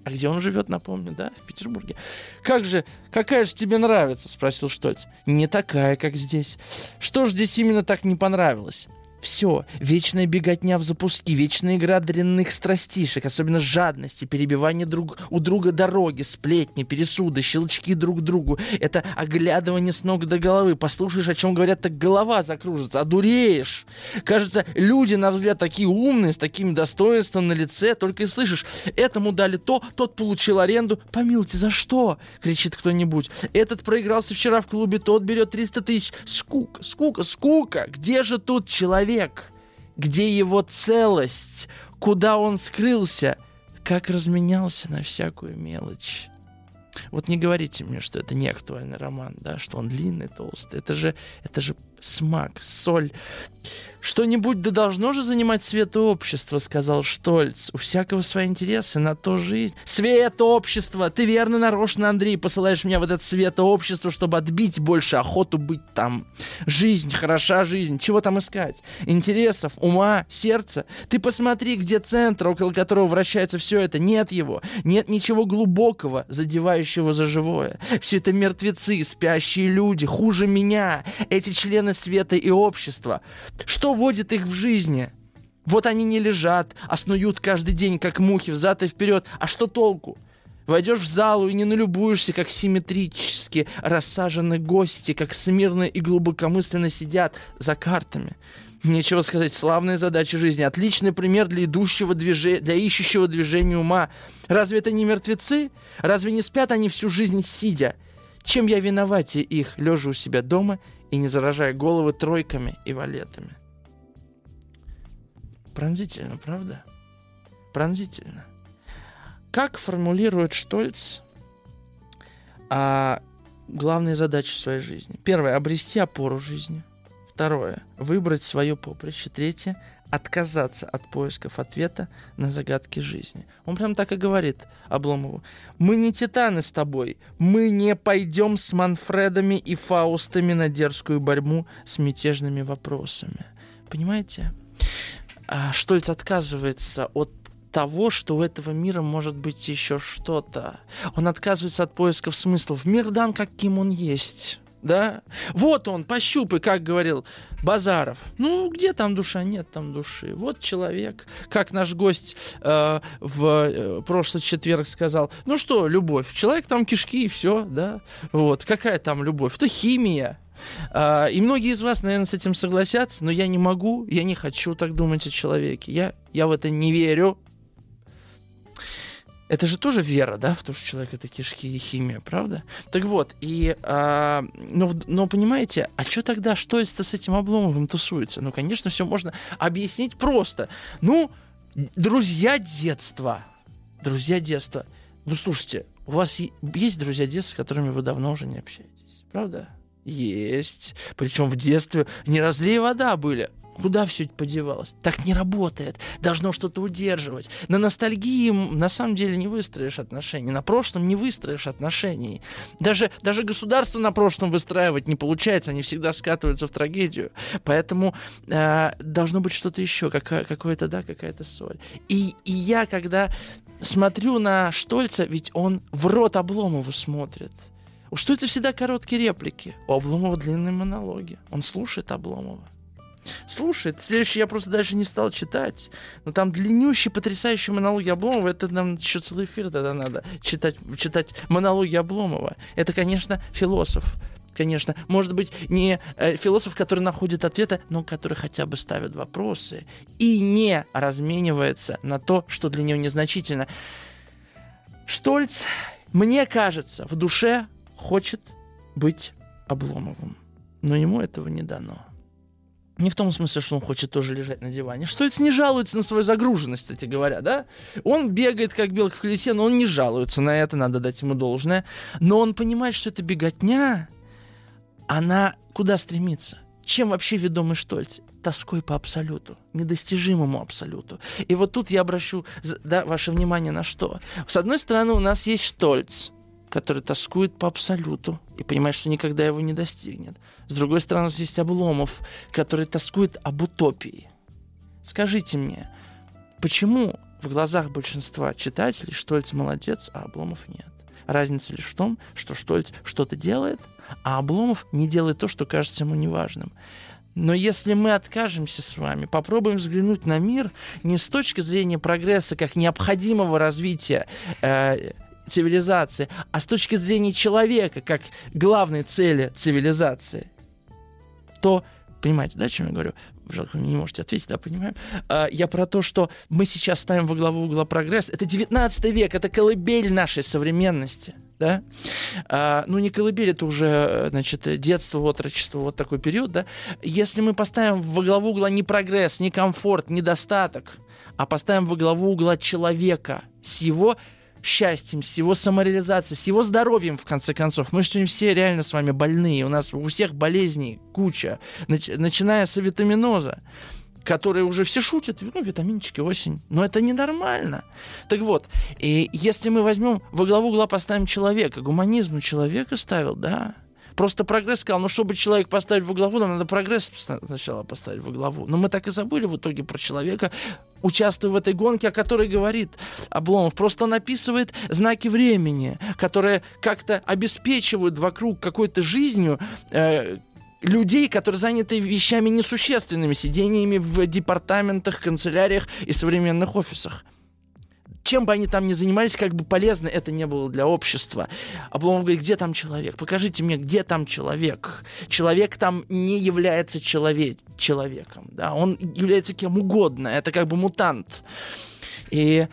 А где он живет, напомню, да? В Петербурге. Какая же тебе нравится? Спросил Штольц. Не такая, как здесь. Что ж здесь именно так не понравилось? Все, вечная беготня в запуске, вечная игра дрянных страстишек, особенно жадности, перебивание у друга дороги, сплетни, пересуды, щелчки друг к другу. Это оглядывание с ног до головы. Послушаешь, о чем говорят, так голова закружится, одуреешь. Кажется, люди, на взгляд, такие умные, с таким достоинством на лице, только и слышишь, этому дали то, тот получил аренду. Помилуйте, за что? Кричит кто-нибудь. Этот проигрался вчера в клубе, тот берет 300 тысяч. Скука, скука, скука. Где же тут человек? Где его целость? Куда он скрылся? Как разменялся на всякую мелочь? Вот не говорите мне, что это не актуальный роман, да, что он длинный, толстый. Это же смак, соль. Что-нибудь да должно же занимать свет общества, сказал Штольц. У всякого свои интересы, на то жизнь. Свет общества! Ты верно нарочно, Андрей, посылаешь меня в этот свет общества, чтобы отбить больше охоту быть там. Жизнь, хороша жизнь. Чего там искать? Интересов, ума, сердца. Ты посмотри, где центр, около которого вращается все это. Нет его. Нет ничего глубокого, задевающего за живое. Все это мертвецы, спящие люди, хуже меня. Эти члены света и общества. Что водит их в жизни? Вот они не лежат, а снуют каждый день, как мухи, взад и вперед. А что толку? Войдешь в залу и не налюбуешься, как симметрически рассажены гости, как смирно и глубокомысленно сидят за картами. Нечего сказать, славная задача жизни. Отличный пример для ищущего движения ума. Разве это не мертвецы? Разве не спят они всю жизнь сидя? Чем я виноватее их, лежа у себя дома и не заражая головы тройками и валетами? Пронзительно, правда? Пронзительно. Как формулирует Штольц главные задачи своей жизни? Первое — обрести опору жизни. Второе — выбрать свое поприще. Третье — отказаться от поисков ответа на загадки жизни. Он прям так и говорит Обломову. Мы не титаны с тобой. Мы не пойдем с Манфредами и Фаустами на дерзкую борьбу с мятежными вопросами. Понимаете? Штольц отказывается от того, что у этого мира может быть еще что-то. Он отказывается от поисков смыслов. Мир дан, каким он есть. Да? Вот он, пощупай, как говорил Базаров. Ну, где там душа? Нет там души. Вот человек, как наш гость в прошлый четверг сказал. Ну что, любовь? Человек там кишки и все, да? Вот, какая там любовь? Это химия. И многие из вас, наверное, с этим согласятся, но я не могу, я не хочу так думать о человеке. Я в это не верю. Это же тоже вера, да, в то, что человек — это кишки и химия, правда? Так вот, но понимаете, а что тогда Штольц-то с этим Обломовым тусуется? Ну, конечно, все можно объяснить просто. Ну, друзья детства. Ну, слушайте, у вас есть друзья детства, с которыми вы давно уже не общаетесь, правда? Есть. Причем в детстве не разлей вода были. Куда все это подевалось? Так не работает. Должно что-то удерживать. На ностальгии на самом деле не выстроишь отношений. На прошлом не выстроишь отношений. Даже государство на прошлом выстраивать не получается. Они всегда скатываются в трагедию. Поэтому должно быть что-то еще. Какая-то соль. И я, когда смотрю на Штольца, ведь он в рот Обломову смотрит. У Штольца всегда короткие реплики. У Обломова длинные монологи. Он слушает Обломова. Слушает. Следующий я просто дальше не стал читать. Но там длиннющие, потрясающие монологи Обломова. Это нам еще целый эфир тогда надо читать монологи Обломова. Это, конечно, философ. Конечно, может быть, не философ, который находит ответы, но который хотя бы ставит вопросы и не разменивается на то, что для него незначительно. Штольц, мне кажется, в душе хочет быть Обломовым. Но ему этого не дано. Не в том смысле, что он хочет тоже лежать на диване. Штольц не жалуется на свою загруженность, кстати говоря, да? Он бегает, как белка в колесе, но он не жалуется на это, надо дать ему должное. Но он понимает, что эта беготня, она куда стремится? Чем вообще ведомый Штольц? Тоской по абсолюту, недостижимому абсолюту. И вот тут я обращу ваше внимание на что. С одной стороны, у нас есть Штольц, который тоскует по абсолюту и понимает, что никогда его не достигнет. С другой стороны, у нас есть Обломов, который тоскует об утопии. Скажите мне, почему в глазах большинства читателей Штольц молодец, а Обломов нет. Разница лишь в том, что Штольц что-то делает, а Обломов не делает то, что кажется ему неважным. Но если мы откажемся с вами, попробуем взглянуть на мир не с точки зрения прогресса как необходимого развития цивилизации, а с точки зрения человека как главной цели цивилизации, то, понимаете, да, о чем я говорю? Жалко, вы не можете ответить, да, понимаю. Я про то, что мы сейчас ставим во главу угла прогресс. Это 19 век, это колыбель нашей современности. Да? Ну, не колыбель, это уже, значит, детство, отрочество, вот такой период, да? Если мы поставим во главу угла не прогресс, не комфорт, не достаток, а поставим во главу угла человека с его счастьем, с его самореализацией, с его здоровьем, в конце концов. Мы же все реально с вами больные, у нас у всех болезней куча, начиная с авитаминоза, которые уже все шутят, ну, витаминчики, осень. Но это ненормально. Так вот, и если мы возьмем во главу угла, поставим человека, гуманизм человека ставил, да. Просто прогресс сказал, ну, чтобы человек поставить во главу, нам надо прогресс сначала поставить во главу. Но мы так и забыли в итоге про человека, участвуя в этой гонке, о которой говорит Обломов. Просто он описывает знаки времени, которые как-то обеспечивают вокруг какой-то жизнью людей, которые заняты вещами несущественными, сидениями в департаментах, канцеляриях и современных офисах. Чем бы они там ни занимались, как бы полезно это не было для общества. Обломов говорит, где там человек? Покажите мне, где там человек. Человек там не является человеком. Да? Он является кем угодно. Это как бы мутант. И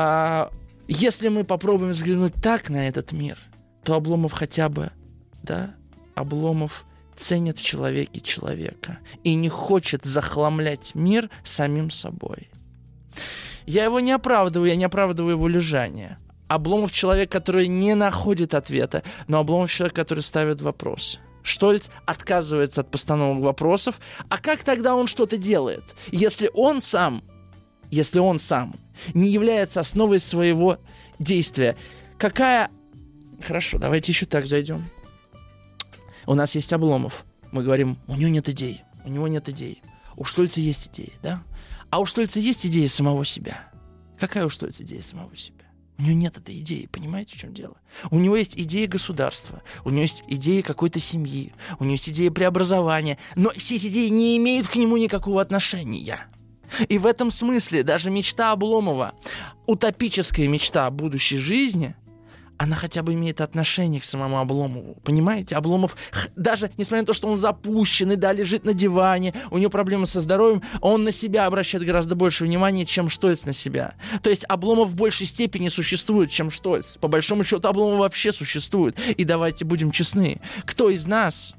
если мы попробуем взглянуть так на этот мир, то Обломов хотя бы, да, Обломов ценит в человеке человека и не хочет захламлять мир самим собой. Я его не оправдываю, я не оправдываю его лежание. Обломов человек, который не находит ответа, но Обломов человек, который ставит вопросы. Штольц отказывается от постановок вопросов. А как тогда он что-то делает? Если он сам не является основой своего действия, какая... Хорошо, давайте еще так зайдем. У нас есть Обломов. Мы говорим, у него нет идей. У Штольца есть идеи, да? А у Штольца есть идея самого себя. Какая у Штольца идея самого себя? У него нет этой идеи, понимаете, в чем дело? У него есть идея государства, у него есть идея какой-то семьи, у него есть идея преобразования, но все эти идеи не имеют к нему никакого отношения. И в этом смысле даже мечта Обломова, утопическая мечта о будущей жизни, она хотя бы имеет отношение к самому Обломову. Понимаете? Обломов, даже несмотря на то, что он запущен и да, лежит на диване, у него проблемы со здоровьем, он на себя обращает гораздо больше внимания, чем Штольц на себя. То есть Обломов в большей степени существует, чем Штольц. По большому счету Обломов вообще существует. И давайте будем честны. Кто из нас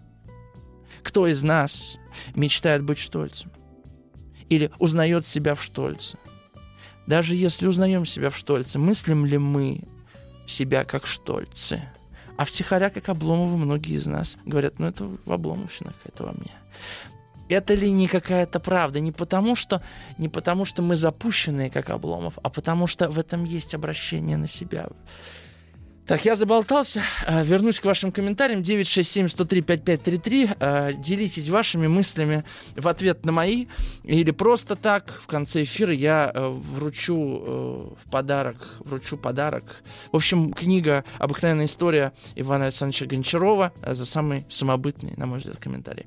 мечтает быть Штольцем? Или узнает себя в Штольце? Даже если узнаем себя в Штольце, мыслим ли мы себя как Штольцы? А втихаря, как Обломовы, многие из нас говорят, ну это в Обломовщина какая-то во мне. Это ли не какая-то правда? Не потому, что мы запущенные, как Обломов, а потому что в этом есть обращение на себя. Так, я заболтался. Вернусь к вашим комментариям. 967-103-5533. Делитесь вашими мыслями в ответ на мои. Или просто так. В конце эфира я вручу подарок. В общем, книга «Обыкновенная история» Ивана Александровича Гончарова за самый самобытный, на мой взгляд, комментарий.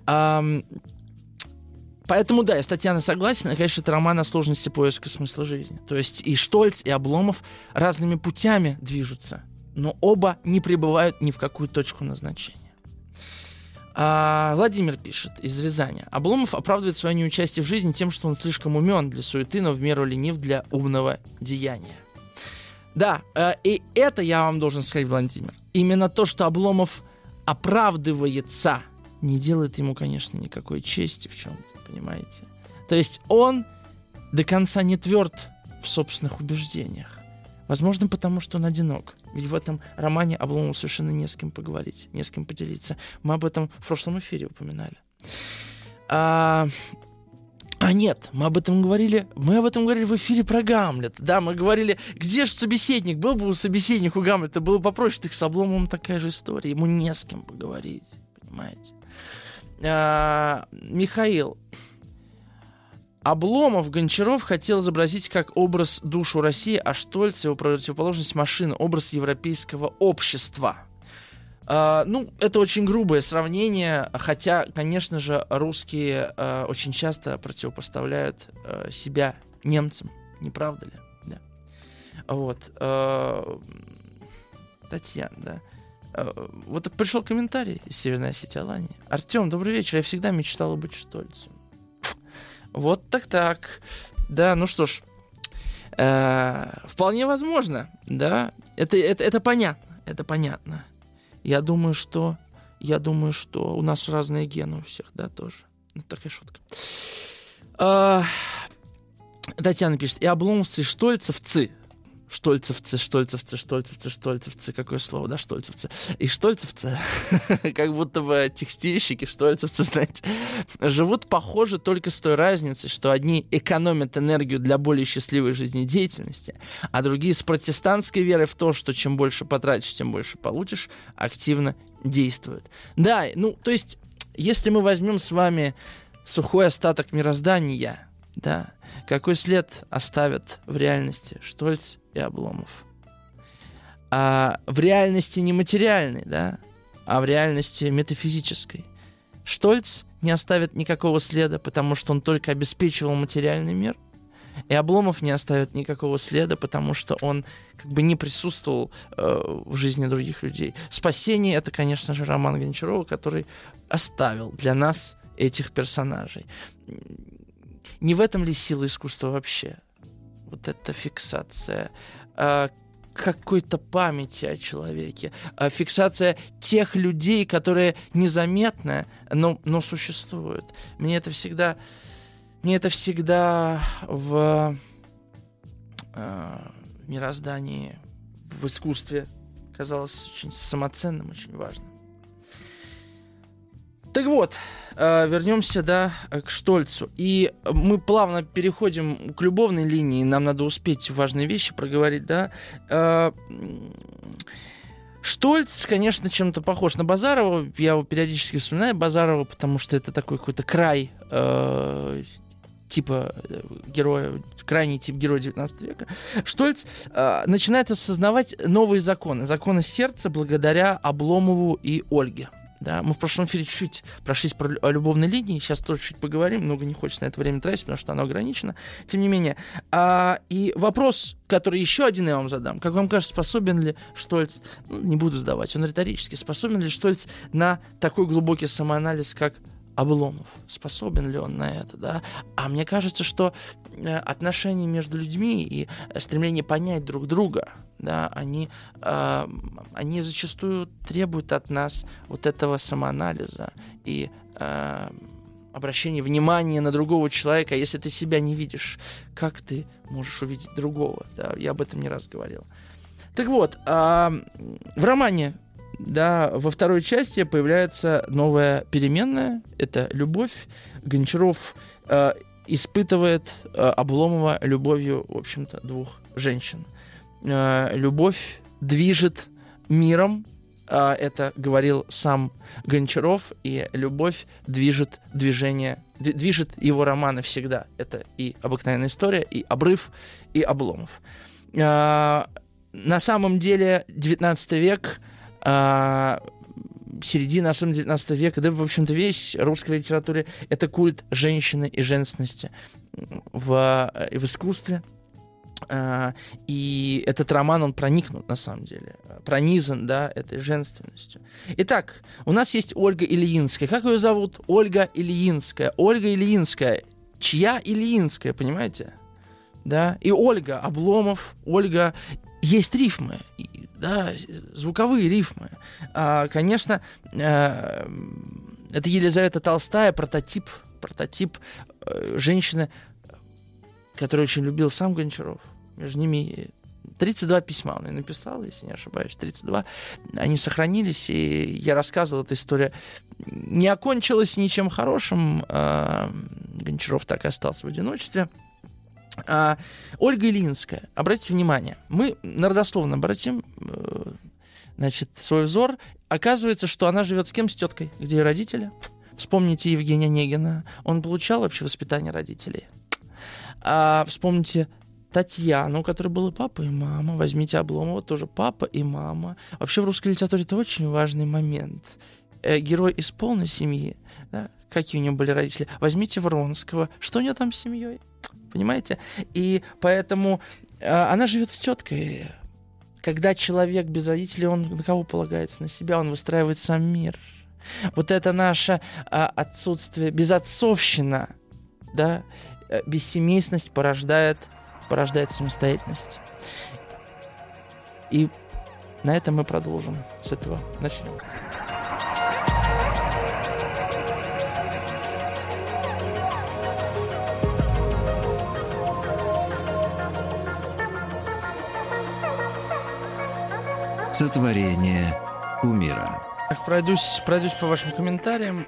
Поэтому, да, я с Татьяной согласен. Конечно, это роман о сложности поиска смысла жизни. То есть и Штольц, и Обломов разными путями движутся, но оба не прибывают ни в какую точку назначения. Владимир пишет из Рязани. Обломов оправдывает свое неучастие в жизни тем, что он слишком умен для суеты, но в меру ленив для умного деяния. Да, и это я вам должен сказать, Владимир. Именно то, что Обломов оправдывается, не делает ему, конечно, никакой чести в чем-то. Понимаете? То есть он до конца не тверд в собственных убеждениях. Возможно, потому что он одинок. Ведь в этом романе Обломову совершенно не с кем поговорить, не с кем поделиться. Мы об этом в прошлом эфире упоминали. Нет, мы об этом говорили в эфире про Гамлет. Да, мы говорили, где же собеседник? Был бы собеседник у Гамлета, было попроще. Так с Обломовым такая же история. Ему не с кем поговорить. Понимаете? Михаил. Обломов Гончаров хотел изобразить как образ душу России, а Штольц его противоположность машины, образ европейского общества. Это очень грубое сравнение, хотя, конечно же, русские очень часто противопоставляют себя немцам, не правда ли? Да. Вот. Татьяна, да. Вот пришел комментарий из Северной Осетии Алании. Артем, добрый вечер, я всегда мечтала быть Штольцем. Вот так. Да, ну что ж, вполне возможно, да, это понятно. Я думаю, что у нас разные гены у всех, да, тоже. Ну, такая шутка. Татьяна пишет, и обломовцы, и штольцевцы. Штольцевцы, какое слово, да, штольцевцы. И штольцевцы, как будто бы текстильщики, штольцевцы, знаете, живут, похоже, только с той разницей, что одни экономят энергию для более счастливой жизнедеятельности, а другие с протестантской верой в то, что чем больше потратишь, тем больше получишь, активно действуют. Да, то есть, если мы возьмем с вами сухой остаток мироздания, да, какой след оставят в реальности Штольц и Обломов? В реальности не материальной, да, а в реальности метафизической. Штольц не оставит никакого следа, потому что он только обеспечивал материальный мир, и Обломов не оставит никакого следа, потому что он как бы не присутствовал в жизни других людей. «Спасение» — это, конечно же, роман Гончарова, который оставил для нас этих персонажей. Не в этом ли сила искусства вообще? Вот эта фиксация какой-то памяти о человеке, фиксация тех людей, которые незаметны, но мне это всегда в мироздании, в искусстве казалось очень самоценным, очень важным. Так вот, вернемся, да, к Штольцу. И мы плавно переходим к любовной линии. Нам надо успеть важные вещи проговорить, да. Штольц, конечно, чем-то похож на Базарова. Я его периодически вспоминаю, Базарова, потому что это такой какой-то край типа героя, крайний тип героя 19 века. Штольц начинает осознавать новые законы. Законы сердца благодаря Обломову и Ольге. Да, мы в прошлом эфире чуть-чуть прошлись о любовной линии, сейчас тоже чуть поговорим, много не хочется на это время тратить, потому что оно ограничено. Тем не менее, и вопрос, который еще один я вам задам, как вам кажется, способен ли Штольц, не буду задавать, он риторически, способен ли Штольц на такой глубокий самоанализ, как Обломов? Способен ли он на это, да? А мне кажется, что отношения между людьми и стремление понять друг друга, да, они зачастую требуют от нас вот этого самоанализа и обращения внимания на другого человека. Если ты себя не видишь, как ты можешь увидеть другого? Да, я об этом не раз говорил. Так вот, в романе, да, во второй части появляется новая переменная. Это любовь. Гончаров испытывает Обломова любовью, в общем-то, двух женщин. Любовь движет миром, это говорил сам Гончаров, и любовь движет его романы всегда. Это и «Обыкновенная история», и «Обрыв», и «Обломов». На самом деле 19 век, середина, особенно 19 века, да, в общем-то, весь русской литературе — это культ женщины и женственности в искусстве. И этот роман, он проникнут, на самом деле, пронизан, да, этой женственностью. Итак, у нас есть Ольга Ильинская. Как ее зовут? Ольга Ильинская. Ольга Ильинская. Чья Ильинская, понимаете? Да? И Ольга, Обломов, Ольга. Есть рифмы, да, звуковые рифмы. Конечно, это Елизавета Толстая, прототип женщины, который очень любил сам Гончаров. Между ними 32 письма он и написал, если не ошибаюсь, 32. Они сохранились, и я рассказывал, эта история не окончилась ничем хорошим. Гончаров так и остался в одиночестве. Ольга Ильинская. Обратите внимание, мы родословно обратим, свой взор. Оказывается, что она живет с кем? С теткой. Где ее родители? Вспомните Евгения Онегина. Он получал вообще воспитание родителей? Вспомните Татьяну, у которой было папа и мама. Возьмите Обломова, тоже папа и мама. Вообще в русской литературе это очень важный момент. Герой из полной семьи, да? Какие у него были родители. Возьмите Вронского. Что у него там с семьей? Понимаете? И поэтому она живет с теткой. Когда человек без родителей, он на кого полагается? На себя. Он выстраивает сам мир. Вот это наше отсутствие, безотцовщина, да? Бессемейственность порождает самостоятельность. И на этом мы продолжим. С этого начнем. Сотворение кумира. Так, пройдусь по вашим комментариям.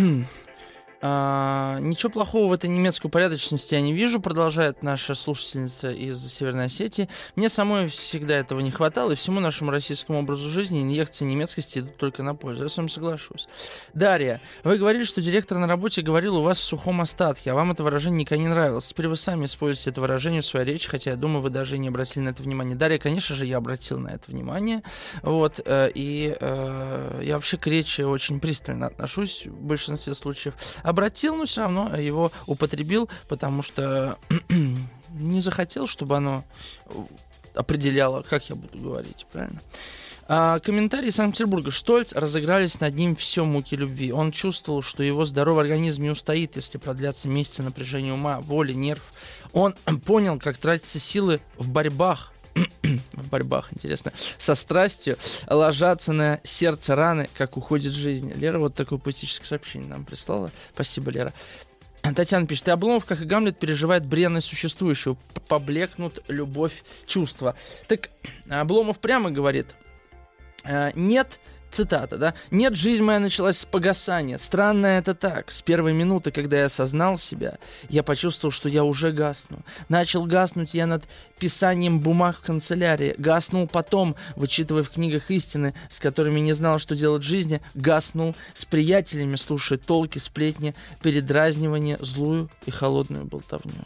Ничего плохого в этой немецкой упорядоченности я не вижу, продолжает наша слушательница из Северной Осетии. Мне самой всегда этого не хватало, и всему нашему российскому образу жизни инъекции немецкости идут только на пользу. Я с вами соглашусь. Дарья, вы говорили, что директор на работе говорил у вас в сухом остатке, а вам это выражение никогда не нравилось. Теперь вы сами используете это выражение в своей речи, хотя я думаю, вы даже и не обратили на это внимание. Дарья, конечно же, я обратил на это внимание. Вот, я вообще к речи очень пристально отношусь в большинстве случаев. Обратил, но все равно его употребил, потому что не захотел, чтобы оно определяло, как я буду говорить, правильно? Комментарий из Санкт-Петербурга. Штольц разыгрались над ним все муки любви. Он чувствовал, что его здоровый организм не устоит, если продлятся месяцы напряжения ума, воли, нерв. Он понял, как тратятся силы в борьбах, интересно, со страстью, ложатся на сердце раны, как уходит жизнь. Лера вот такое поэтическое сообщение нам прислала. Спасибо, Лера. Татьяна пишет: и Обломов, как и Гамлет, переживает бренность существующего. Поблекнут любовь, чувства. Так Обломов прямо говорит: нет, цитата, да, «Нет, жизнь моя началась с погасания. Странно это так. С первой минуты, когда я осознал себя, я почувствовал, что я уже гасну. Начал гаснуть я над писанием бумаг в канцелярии. Гаснул потом, вычитывая в книгах истины, с которыми не знал, что делать в жизни. Гаснул с приятелями, слушая толки, сплетни, передразнивание, злую и холодную болтовню».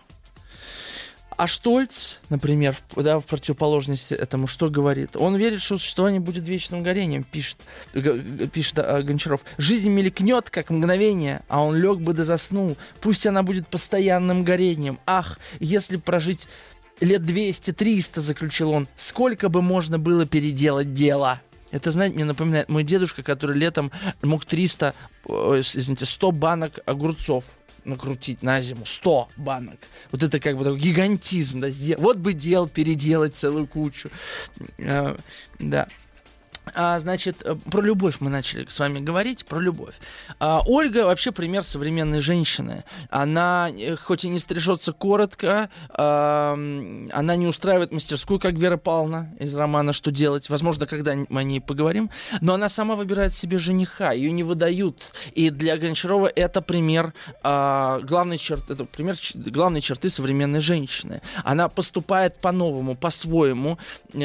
А Штольц, например, да, в противоположность этому, что говорит? Он верит, что существование будет вечным горением, пишет Гончаров. Жизнь мелькнет, как мгновение, а он лег бы да заснул. Пусть она будет постоянным горением. Ах, если прожить лет 200-300, заключил он, сколько бы можно было переделать дело. Это, знаете, мне напоминает мой дедушка, который летом мог 100 банок огурцов накрутить на зиму. 100 банок. Вот это как бы такой гигантизм. Да? Вот бы переделать целую кучу. Да. Значит, про любовь мы начали с вами говорить, про любовь. Ольга вообще пример современной женщины. Она, хоть и не стрижется коротко, она не устраивает мастерскую, как Вера Павловна из романа «Что делать?». Возможно, когда мы о ней поговорим. Но она сама выбирает себе жениха, ее не выдают. И для Гончарова это пример главной черты современной женщины. Она поступает по-новому, по-своему.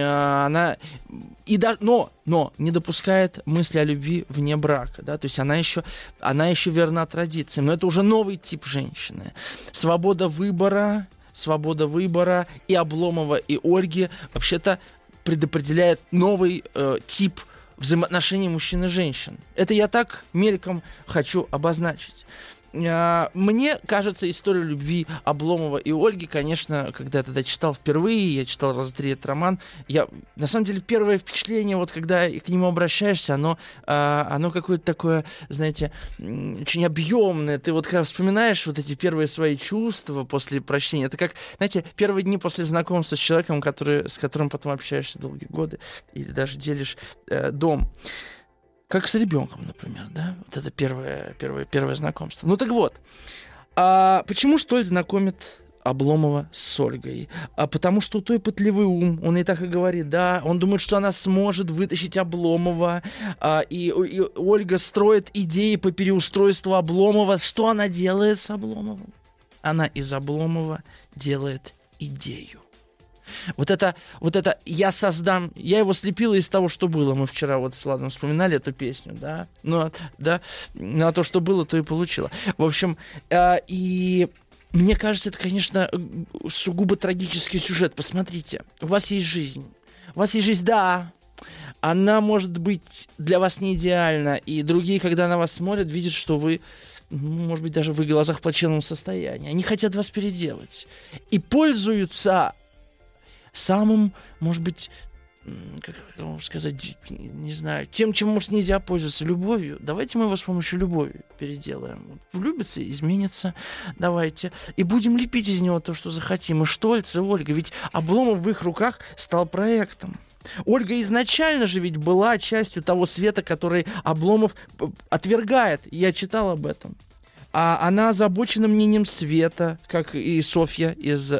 Но не допускает мысли о любви вне брака, да, то есть она еще верна традициям, но это уже новый тип женщины. Свобода выбора и Обломова, и Ольги вообще-то предопределяет новый тип взаимоотношений мужчин и женщин. Это я так мельком хочу обозначить. Мне кажется, история любви Обломова и Ольги, конечно, когда я тогда читал впервые, я читал раз 3 этот роман, на самом деле, первое впечатление, вот когда к нему обращаешься, оно какое-то такое, знаете, очень объемное. Ты вот когда вспоминаешь вот эти первые свои чувства после прочтения, это как, знаете, первые дни после знакомства с человеком, с которым потом общаешься долгие годы, или даже делишь дом. Как с ребенком, например, да? Вот это первое знакомство. Ну так вот, почему Штольц знакомит Обломова с Ольгой? Потому что у той пытливый ум, он и так и говорит, да, он думает, что она сможет вытащить Обломова, и Ольга строит идеи по переустройству Обломова. Что она делает с Обломовым? Она из Обломова делает идею. Вот это я его слепила из того, что было. Мы вчера вот с Владом вспоминали эту песню, да, ну, да, а то, что было, то и получила. В общем, и Мне кажется, это, конечно, сугубо трагический сюжет. Посмотрите, у вас есть жизнь. У вас есть жизнь, да, она может быть для вас не идеальна. И другие, когда на вас смотрят, видят, что вы, может быть, даже в их глазах в плачевном состоянии. Они хотят вас переделать. И пользуются самым, может быть, как вам сказать, не знаю, тем, чем, может, нельзя пользоваться, любовью. Давайте мы его с помощью любови переделаем. Влюбится, изменится, давайте. И будем лепить из него то, что захотим. И Штольц, и Ольга. Ведь Обломов в их руках стал проектом. Ольга изначально же ведь была частью того света, который Обломов отвергает. Я читал об этом. А она озабочена мнением света, как и Софья из...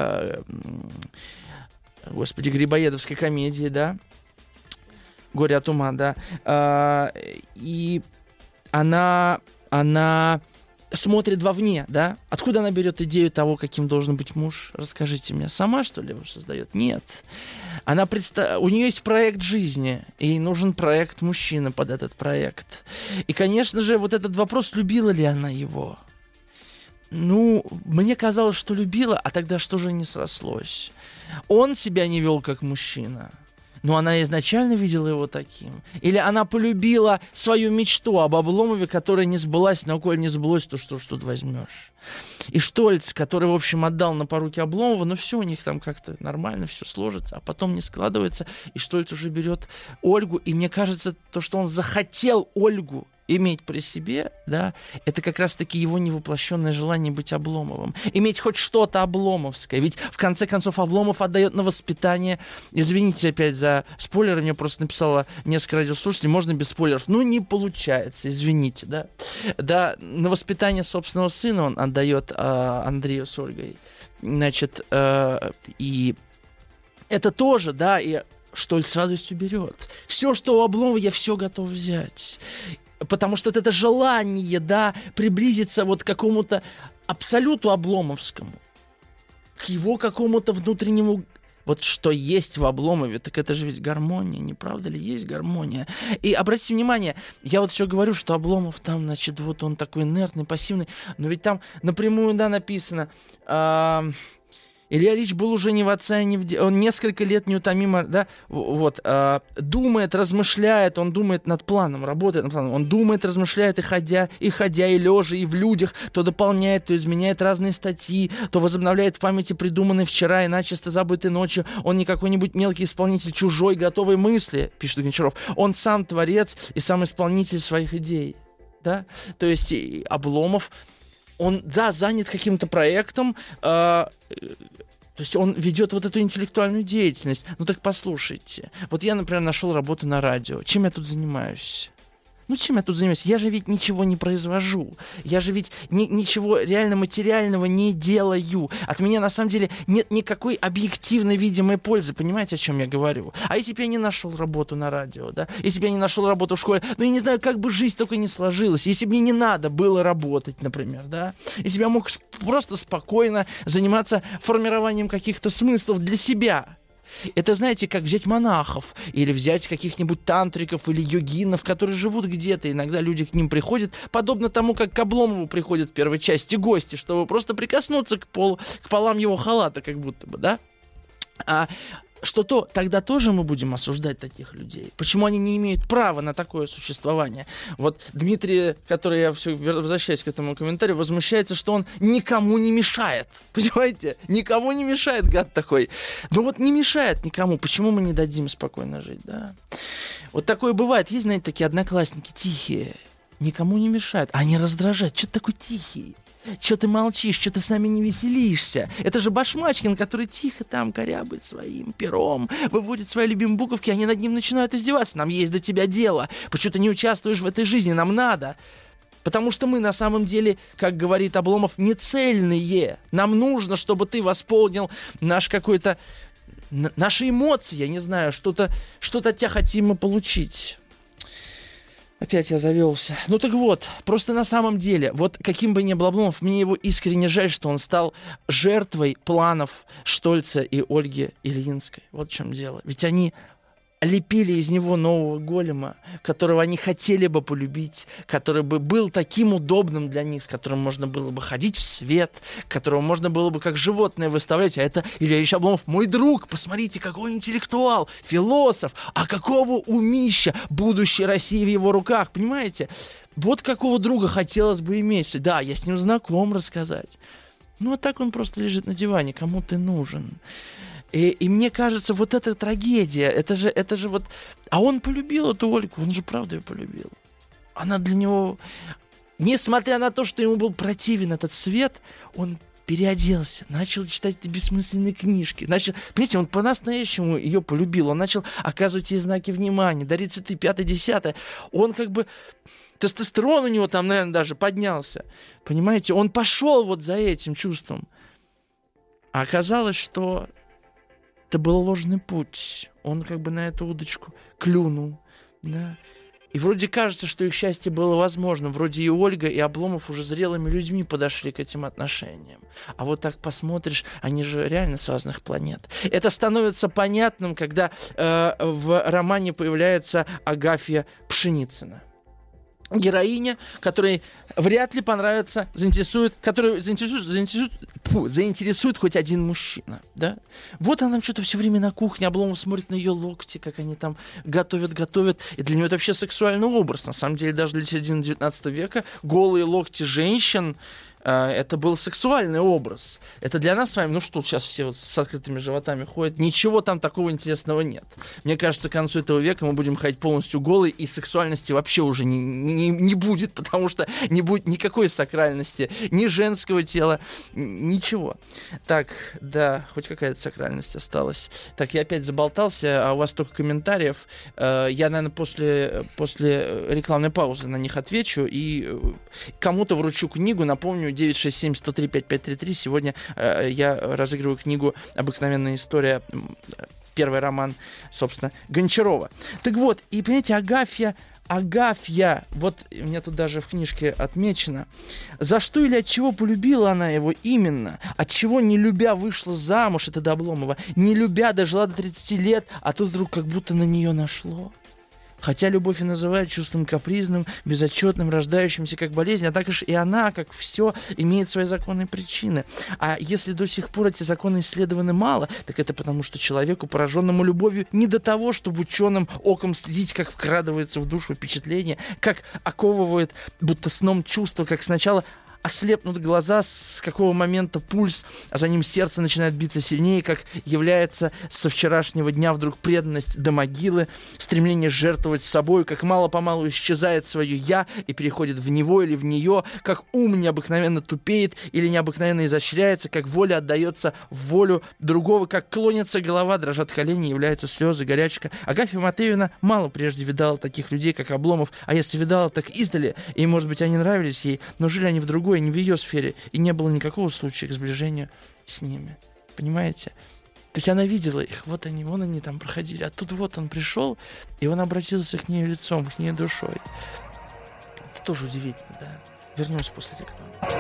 Грибоедовской комедии, да, «Горе от ума», да, и она смотрит вовне, да, откуда она берет идею того, каким должен быть муж, расскажите мне, сама, что ли, его создает? Нет, у нее есть проект жизни, и ей нужен проект мужчины под этот проект, и, конечно же, вот этот вопрос, любила ли она его. Ну, мне казалось, что любила, а тогда что же не срослось? Он себя не вел как мужчина, но она изначально видела его таким. Или она полюбила свою мечту об Обломове, которая не сбылась, но коль не сбылось, то что ж тут возьмешь? И Штольц, который, в общем, отдал на поруки Обломова, но все у них там как-то нормально, все сложится, а потом не складывается, и Штольц уже берет Ольгу, и мне кажется, то, что он захотел Ольгу иметь при себе, да, это как раз-таки его невоплощенное желание быть Обломовым. Иметь хоть что-то обломовское. Ведь, в конце концов, Обломов отдает на воспитание. Извините опять за спойлеры, мне просто написало несколько радиослушателей, можно без спойлеров. Ну, не получается, извините, да. Да, на воспитание собственного сына он отдает Андрею с Ольгой. Значит, и это тоже, да, и Штольц с радостью берет. Все, что у Обломова, я все готов взять. Потому что это желание, да, приблизиться вот к какому-то абсолюту обломовскому, к его какому-то внутреннему... Вот что есть в Обломове, так это же ведь гармония, не правда ли? Есть гармония. И обратите внимание, я вот все говорю, что Обломов там, значит, вот он такой инертный, пассивный, но ведь там напрямую, да, написано... Илья Ильич был уже не в отца, не в... Он несколько лет неутомимо, да, вот, думает, размышляет, он думает над планом, работает над планом, он думает, размышляет, и ходя, и лежа, и в людях, то дополняет, то изменяет разные статьи, то возобновляет в памяти придуманные вчера и начисто забытые ночью. Он не какой-нибудь мелкий исполнитель чужой готовой мысли, пишет Гончаров, он сам творец и сам исполнитель своих идей, да, то есть Обломов, он, да, занят каким-то проектом, то есть он ведет вот эту интеллектуальную деятельность. Ну так послушайте. Вот я, например, нашел работу на радио. Чем я тут занимаюсь? Ну, чем я тут занимаюсь? Я же ведь ничего не произвожу. Я же ведь ничего реально материального не делаю. От меня, на самом деле, нет никакой объективно видимой пользы. Понимаете, о чем я говорю? А если бы я не нашел работу на радио, да? Если бы я не нашел работу в школе, ну, я не знаю, как бы жизнь только не сложилась. Если бы мне не надо было работать, например, да? Если бы я мог просто спокойно заниматься формированием каких-то смыслов для себя. Это, знаете, как взять монахов или взять каких-нибудь тантриков или йогинов, которые живут где-то. Иногда люди к ним приходят, подобно тому, как к Обломову приходят в первой части гости, чтобы просто прикоснуться к полам его халата, как будто бы, да? Тогда тоже мы будем осуждать таких людей. Почему они не имеют права на такое существование? Вот Дмитрий, который, я все возвращаюсь к этому комментарию, возмущается, что он никому не мешает. Понимаете? Никому не мешает, гад такой. Ну вот не мешает никому. Почему мы не дадим спокойно жить, да? Вот такое бывает. Есть, знаете, такие одноклассники тихие. Никому не мешают. А они раздражают. Что ты такой тихий? Че ты молчишь, что ты с нами не веселишься? Это же Башмачкин, который тихо там корябает своим пером, выводит свои любимые буковки, они над ним начинают издеваться. Нам есть до тебя дело. Почему ты не участвуешь в этой жизни? Нам надо. Потому что мы на самом деле, как говорит Обломов, не цельные. Нам нужно, чтобы ты восполнил наши эмоции, я не знаю, что-то от тебя хотим мы получить. Опять я завелся. Ну так вот, просто на самом деле, вот каким бы ни был Обломов, мне его искренне жаль, что он стал жертвой планов Штольца и Ольги Ильинской. Вот в чем дело. Ведь они лепили из него нового голема, которого они хотели бы полюбить, который бы был таким удобным для них, с которым можно было бы ходить в свет, которого можно было бы как животное выставлять. А это Илья Ильич Обломов, мой друг, посмотрите, какой интеллектуал, философ, а какого умища будущей России в его руках, понимаете? Вот какого друга хотелось бы иметь. Да, я с ним знаком, рассказать. Ну, а так он просто лежит на диване, кому ты нужен. И мне кажется, вот эта трагедия, это же вот... А он полюбил эту Ольгу, он же правда ее полюбил. Она для него... Несмотря на то, что ему был противен этот свет, он переоделся, начал читать эти бессмысленные книжки. Понимаете, он по-настоящему ее полюбил. Он начал оказывать ей знаки внимания, дарить цветы, 5-10. Он как бы... Тестостерон у него там, наверное, даже поднялся. Понимаете, он пошел вот за этим чувством. А оказалось, что... это был ложный путь. Он как бы на эту удочку клюнул. Да? И вроде кажется, что их счастье было возможно. Вроде и Ольга, и Обломов уже зрелыми людьми подошли к этим отношениям. А вот так посмотришь, они же реально с разных планет. Это становится понятным, когда в романе появляется Агафья Пшеницына. Героиня, которой вряд ли понравится, которую заинтересует хоть один мужчина. Да? Вот она что-то все время на кухне, Обломов смотрит на ее локти, как они там готовят. И для него это вообще сексуальный образ. На самом деле, даже для середины 19 века голые локти женщин это был сексуальный образ. Это для нас с вами, ну что, сейчас все вот с открытыми животами ходят. Ничего там такого интересного нет. Мне кажется, к концу этого века мы будем ходить полностью голые, и сексуальности вообще уже не будет, потому что не будет никакой сакральности, ни женского тела, ничего. Так, да, хоть какая-то сакральность осталась. Так, я опять заболтался, а у вас только комментариев. Я, наверное, после рекламной паузы на них отвечу, и кому-то вручу книгу, напомню, 967-103-5533. Сегодня я разыгрываю книгу «Обыкновенная история», первый роман, собственно, Гончарова. Так вот, и понимаете, Агафья, вот у меня тут даже в книжке отмечено, за что или от чего полюбила она его именно, от чего не любя вышла замуж, это до Обломова, не любя дожила до 30 лет, а тут вдруг как будто на нее нашло. Хотя любовь и называют чувством капризным, безотчетным, рождающимся как болезнь, а так и она, как все, имеет свои законные причины. А если до сих пор эти законы исследованы мало, так это потому, что человеку, пораженному любовью, не до того, чтобы ученым оком следить, как вкрадывается в душу впечатление, как оковывает будто сном чувство, как сначала ослепнут глаза, с какого момента пульс, а за ним сердце начинает биться сильнее, как является со вчерашнего дня вдруг преданность до могилы, стремление жертвовать собой, как мало-помалу исчезает свое «я» и переходит в него или в нее, как ум необыкновенно тупеет или необыкновенно изощряется, как воля отдается в волю другого, как клонится голова, дрожат колени, являются слезы, горячка. Агафья Матвеевна мало прежде видала таких людей, как Обломов, а если видала, так издали, и, может быть, они нравились ей, но жили они в другой, не в ее сфере, и не было никакого случая к сближению с ними. Понимаете? То есть она видела их, вон они там проходили, а тут вот он пришел, и он обратился к ней лицом, к ней душой. Это тоже удивительно, да? Вернемся после рекламы.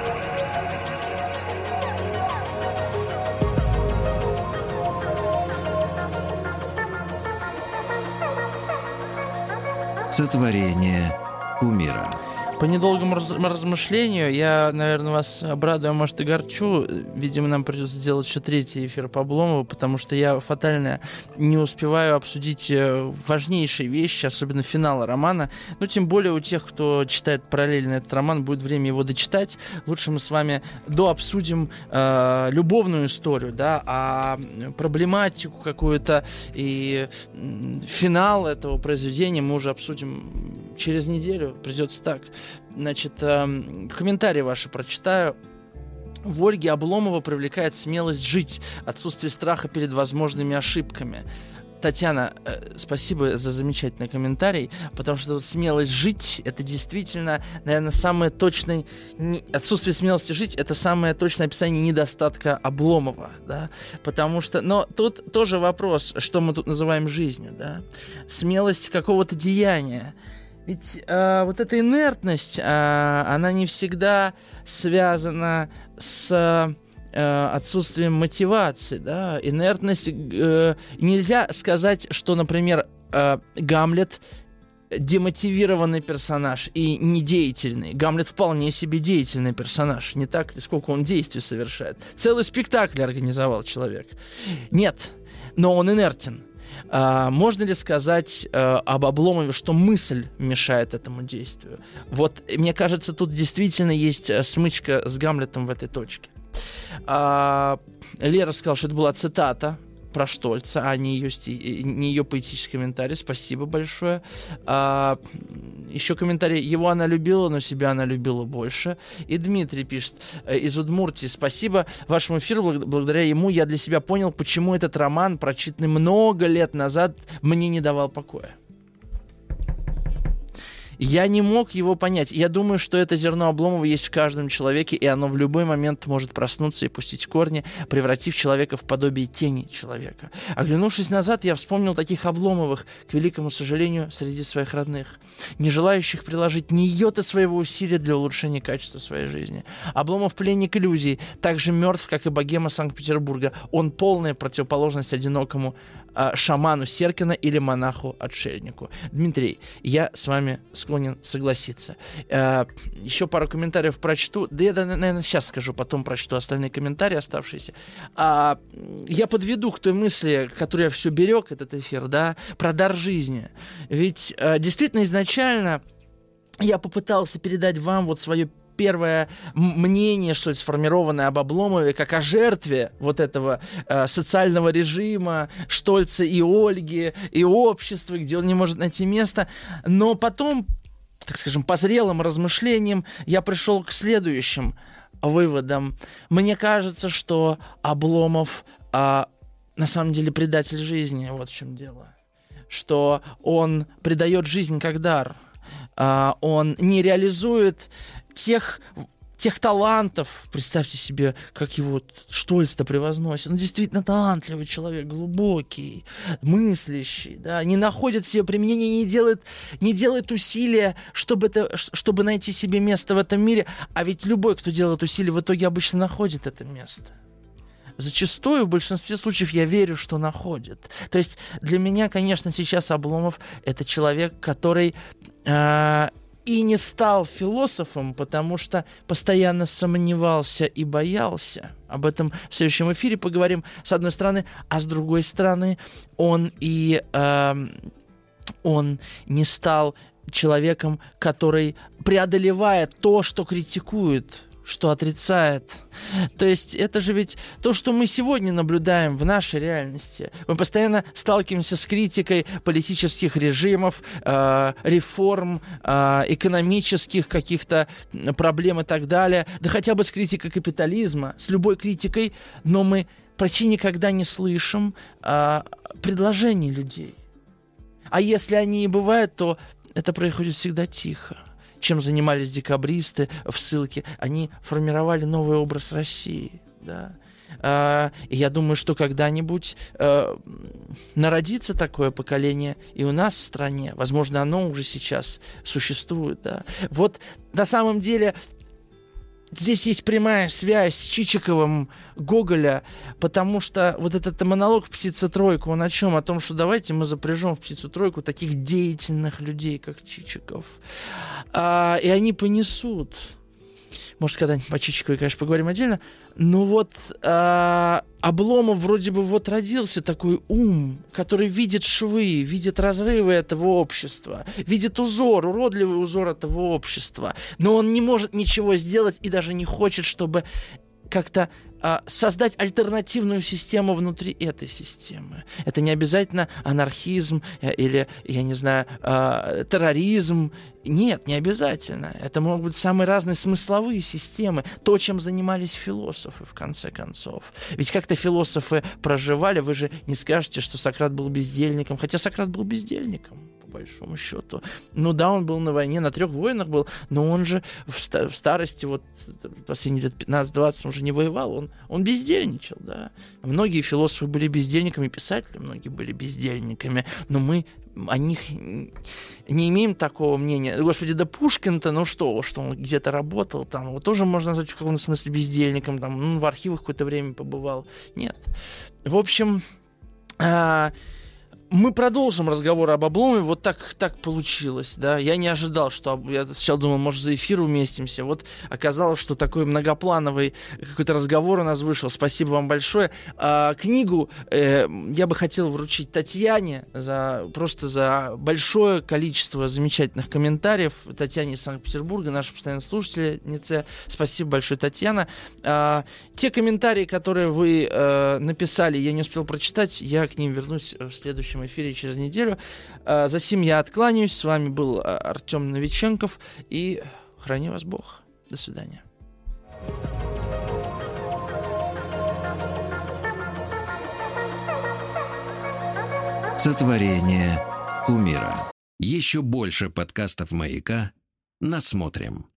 Сотворение кумира. По недолгому размышлению я, наверное, вас обрадую, а может и горчу. Видимо, нам придется сделать еще третий эфир по Обломову, потому что я фатально не успеваю обсудить важнейшие вещи, особенно финала романа. Ну, тем более у тех, кто читает параллельно этот роман, будет время его дочитать. Лучше мы с вами дообсудим любовную историю, да, а проблематику какую-то и финал этого произведения мы уже обсудим через неделю. Придется так. Значит, комментарии ваши прочитаю. В Ольге Обломова привлекает смелость жить, отсутствие страха перед возможными ошибками. Татьяна, спасибо за замечательный комментарий, потому что вот смелость жить — это действительно, наверное, самое точное... Отсутствие смелости жить — это самое точное описание недостатка Обломова, да, потому что... Но тут тоже вопрос, что мы тут называем жизнью, да. Смелость какого-то деяния. Ведь вот эта инертность, она не всегда связана с отсутствием мотивации, да, инертность. Нельзя сказать, что, например, Гамлет демотивированный персонаж и недеятельный. Гамлет вполне себе деятельный персонаж. Не так ли, сколько он действий совершает. Целый спектакль организовал человек. Нет, но он инертен. Можно ли сказать об Обломове, что мысль мешает этому действию? Вот, мне кажется, тут действительно есть смычка с Гамлетом в этой точке. Лера сказала, что это была цитата про Штольца, а не ее поэтический комментарий. Спасибо большое. Еще комментарий. Его она любила, но себя она любила больше. И Дмитрий пишет из Удмуртии. Спасибо вашему эфиру. Благодаря ему я для себя понял, почему этот роман, прочитанный много лет назад, мне не давал покоя. Я не мог его понять. Я думаю, что это зерно Обломова есть в каждом человеке, и оно в любой момент может проснуться и пустить корни, превратив человека в подобие тени человека. Оглянувшись назад, я вспомнил таких Обломовых, к великому сожалению, среди своих родных, не желающих приложить ни йоты своего усилия для улучшения качества своей жизни. Обломов — пленник иллюзий, так же мертв, как и богема Санкт-Петербурга. Он полная противоположность одинокому шаману Серкина или монаху-отшельнику. Дмитрий, я с вами склонен согласиться. Еще пару комментариев прочту. Да я, наверное, сейчас скажу, потом прочту остальные комментарии оставшиеся. Я подведу к той мысли, которую я все берег, этот эфир, да, про дар жизни. Ведь действительно изначально я попытался передать вам вот свое первое мнение, что ли, сформированное об Обломове, как о жертве вот этого социального режима, Штольца и Ольги, и общества, где он не может найти место. Но потом, так скажем, по зрелым размышлениям я пришел к следующим выводам. Мне кажется, что Обломов на самом деле предатель жизни. Вот в чем дело. Что он предает жизнь как дар. Он не реализует тех талантов, представьте себе, как его Штольц-то превозносит. Он действительно талантливый человек, глубокий, мыслящий, да, не находит себе применения, не делает усилия, чтобы найти себе место в этом мире. А ведь любой, кто делает усилия, в итоге обычно находит это место. Зачастую, в большинстве случаев, я верю, что находит. То есть для меня, конечно, сейчас Обломов — это человек, который и не стал философом, потому что постоянно сомневался и боялся. Об этом в следующем эфире поговорим, с одной стороны. А с другой стороны, он не стал человеком, который преодолевает то, что критикует, что отрицает. То есть это же ведь то, что мы сегодня наблюдаем в нашей реальности. Мы постоянно сталкиваемся с критикой политических режимов, реформ, экономических каких-то проблем и так далее. Да хотя бы с критикой капитализма, с любой критикой, но мы почти никогда не слышим предложений людей. А если они и бывают, то это происходит всегда тихо. Чем занимались декабристы в ссылке? Они формировали новый образ России. Да? И я думаю, что когда-нибудь народится такое поколение и у нас в стране. Возможно, оно уже сейчас существует. Да? Вот на самом деле здесь есть прямая связь с Чичиковым Гоголя, потому что вот этот монолог в «Птица-тройку», он о чем? О том, что давайте мы запряжем в «Птицу-тройку» таких деятельных людей, как Чичиков. И они понесут. Может, когда-нибудь по Чичиковой, конечно, поговорим отдельно. Но вот Обломов вроде бы вот родился такой ум, который видит швы, видит разрывы этого общества, видит узор, уродливый узор этого общества. Но он не может ничего сделать и даже не хочет, чтобы как-то создать альтернативную систему внутри этой системы. Это не обязательно анархизм или, я не знаю, терроризм. Нет, не обязательно. Это могут быть самые разные смысловые системы. То, чем занимались философы, в конце концов. Ведь как-то философы проживали. Вы же не скажете, что Сократ был бездельником. Хотя Сократ был бездельником. большому счету. Ну да, он был на войне, на 3 войнах был, но он же в старости, вот последние лет 15-20 он уже не воевал, он бездельничал, да. Многие философы были бездельниками, писатели многие были бездельниками, но мы о них не имеем такого мнения. Господи, да Пушкин-то, ну что он где-то работал, там, его тоже можно назвать в каком-то смысле бездельником, там, в архивах какое-то время побывал. Нет. В общем, мы продолжим разговор об Обломове. Вот так получилось, да. Я не ожидал, что... Я сначала думал, может, за эфир уместимся. Вот оказалось, что такой многоплановый какой-то разговор у нас вышел. Спасибо вам большое. Книгу я бы хотел вручить Татьяне просто за большое количество замечательных комментариев. Татьяне из Санкт-Петербурга, наша постоянная слушательница. Спасибо большое, Татьяна. Те комментарии, которые вы написали, я не успел прочитать. Я к ним вернусь в следующем эфире через неделю. За сим я откланяюсь. С вами был Артем Новиченков. И храни вас Бог. До свидания. Сотворение умира. Еще больше подкастов «Маяка» насмотрим.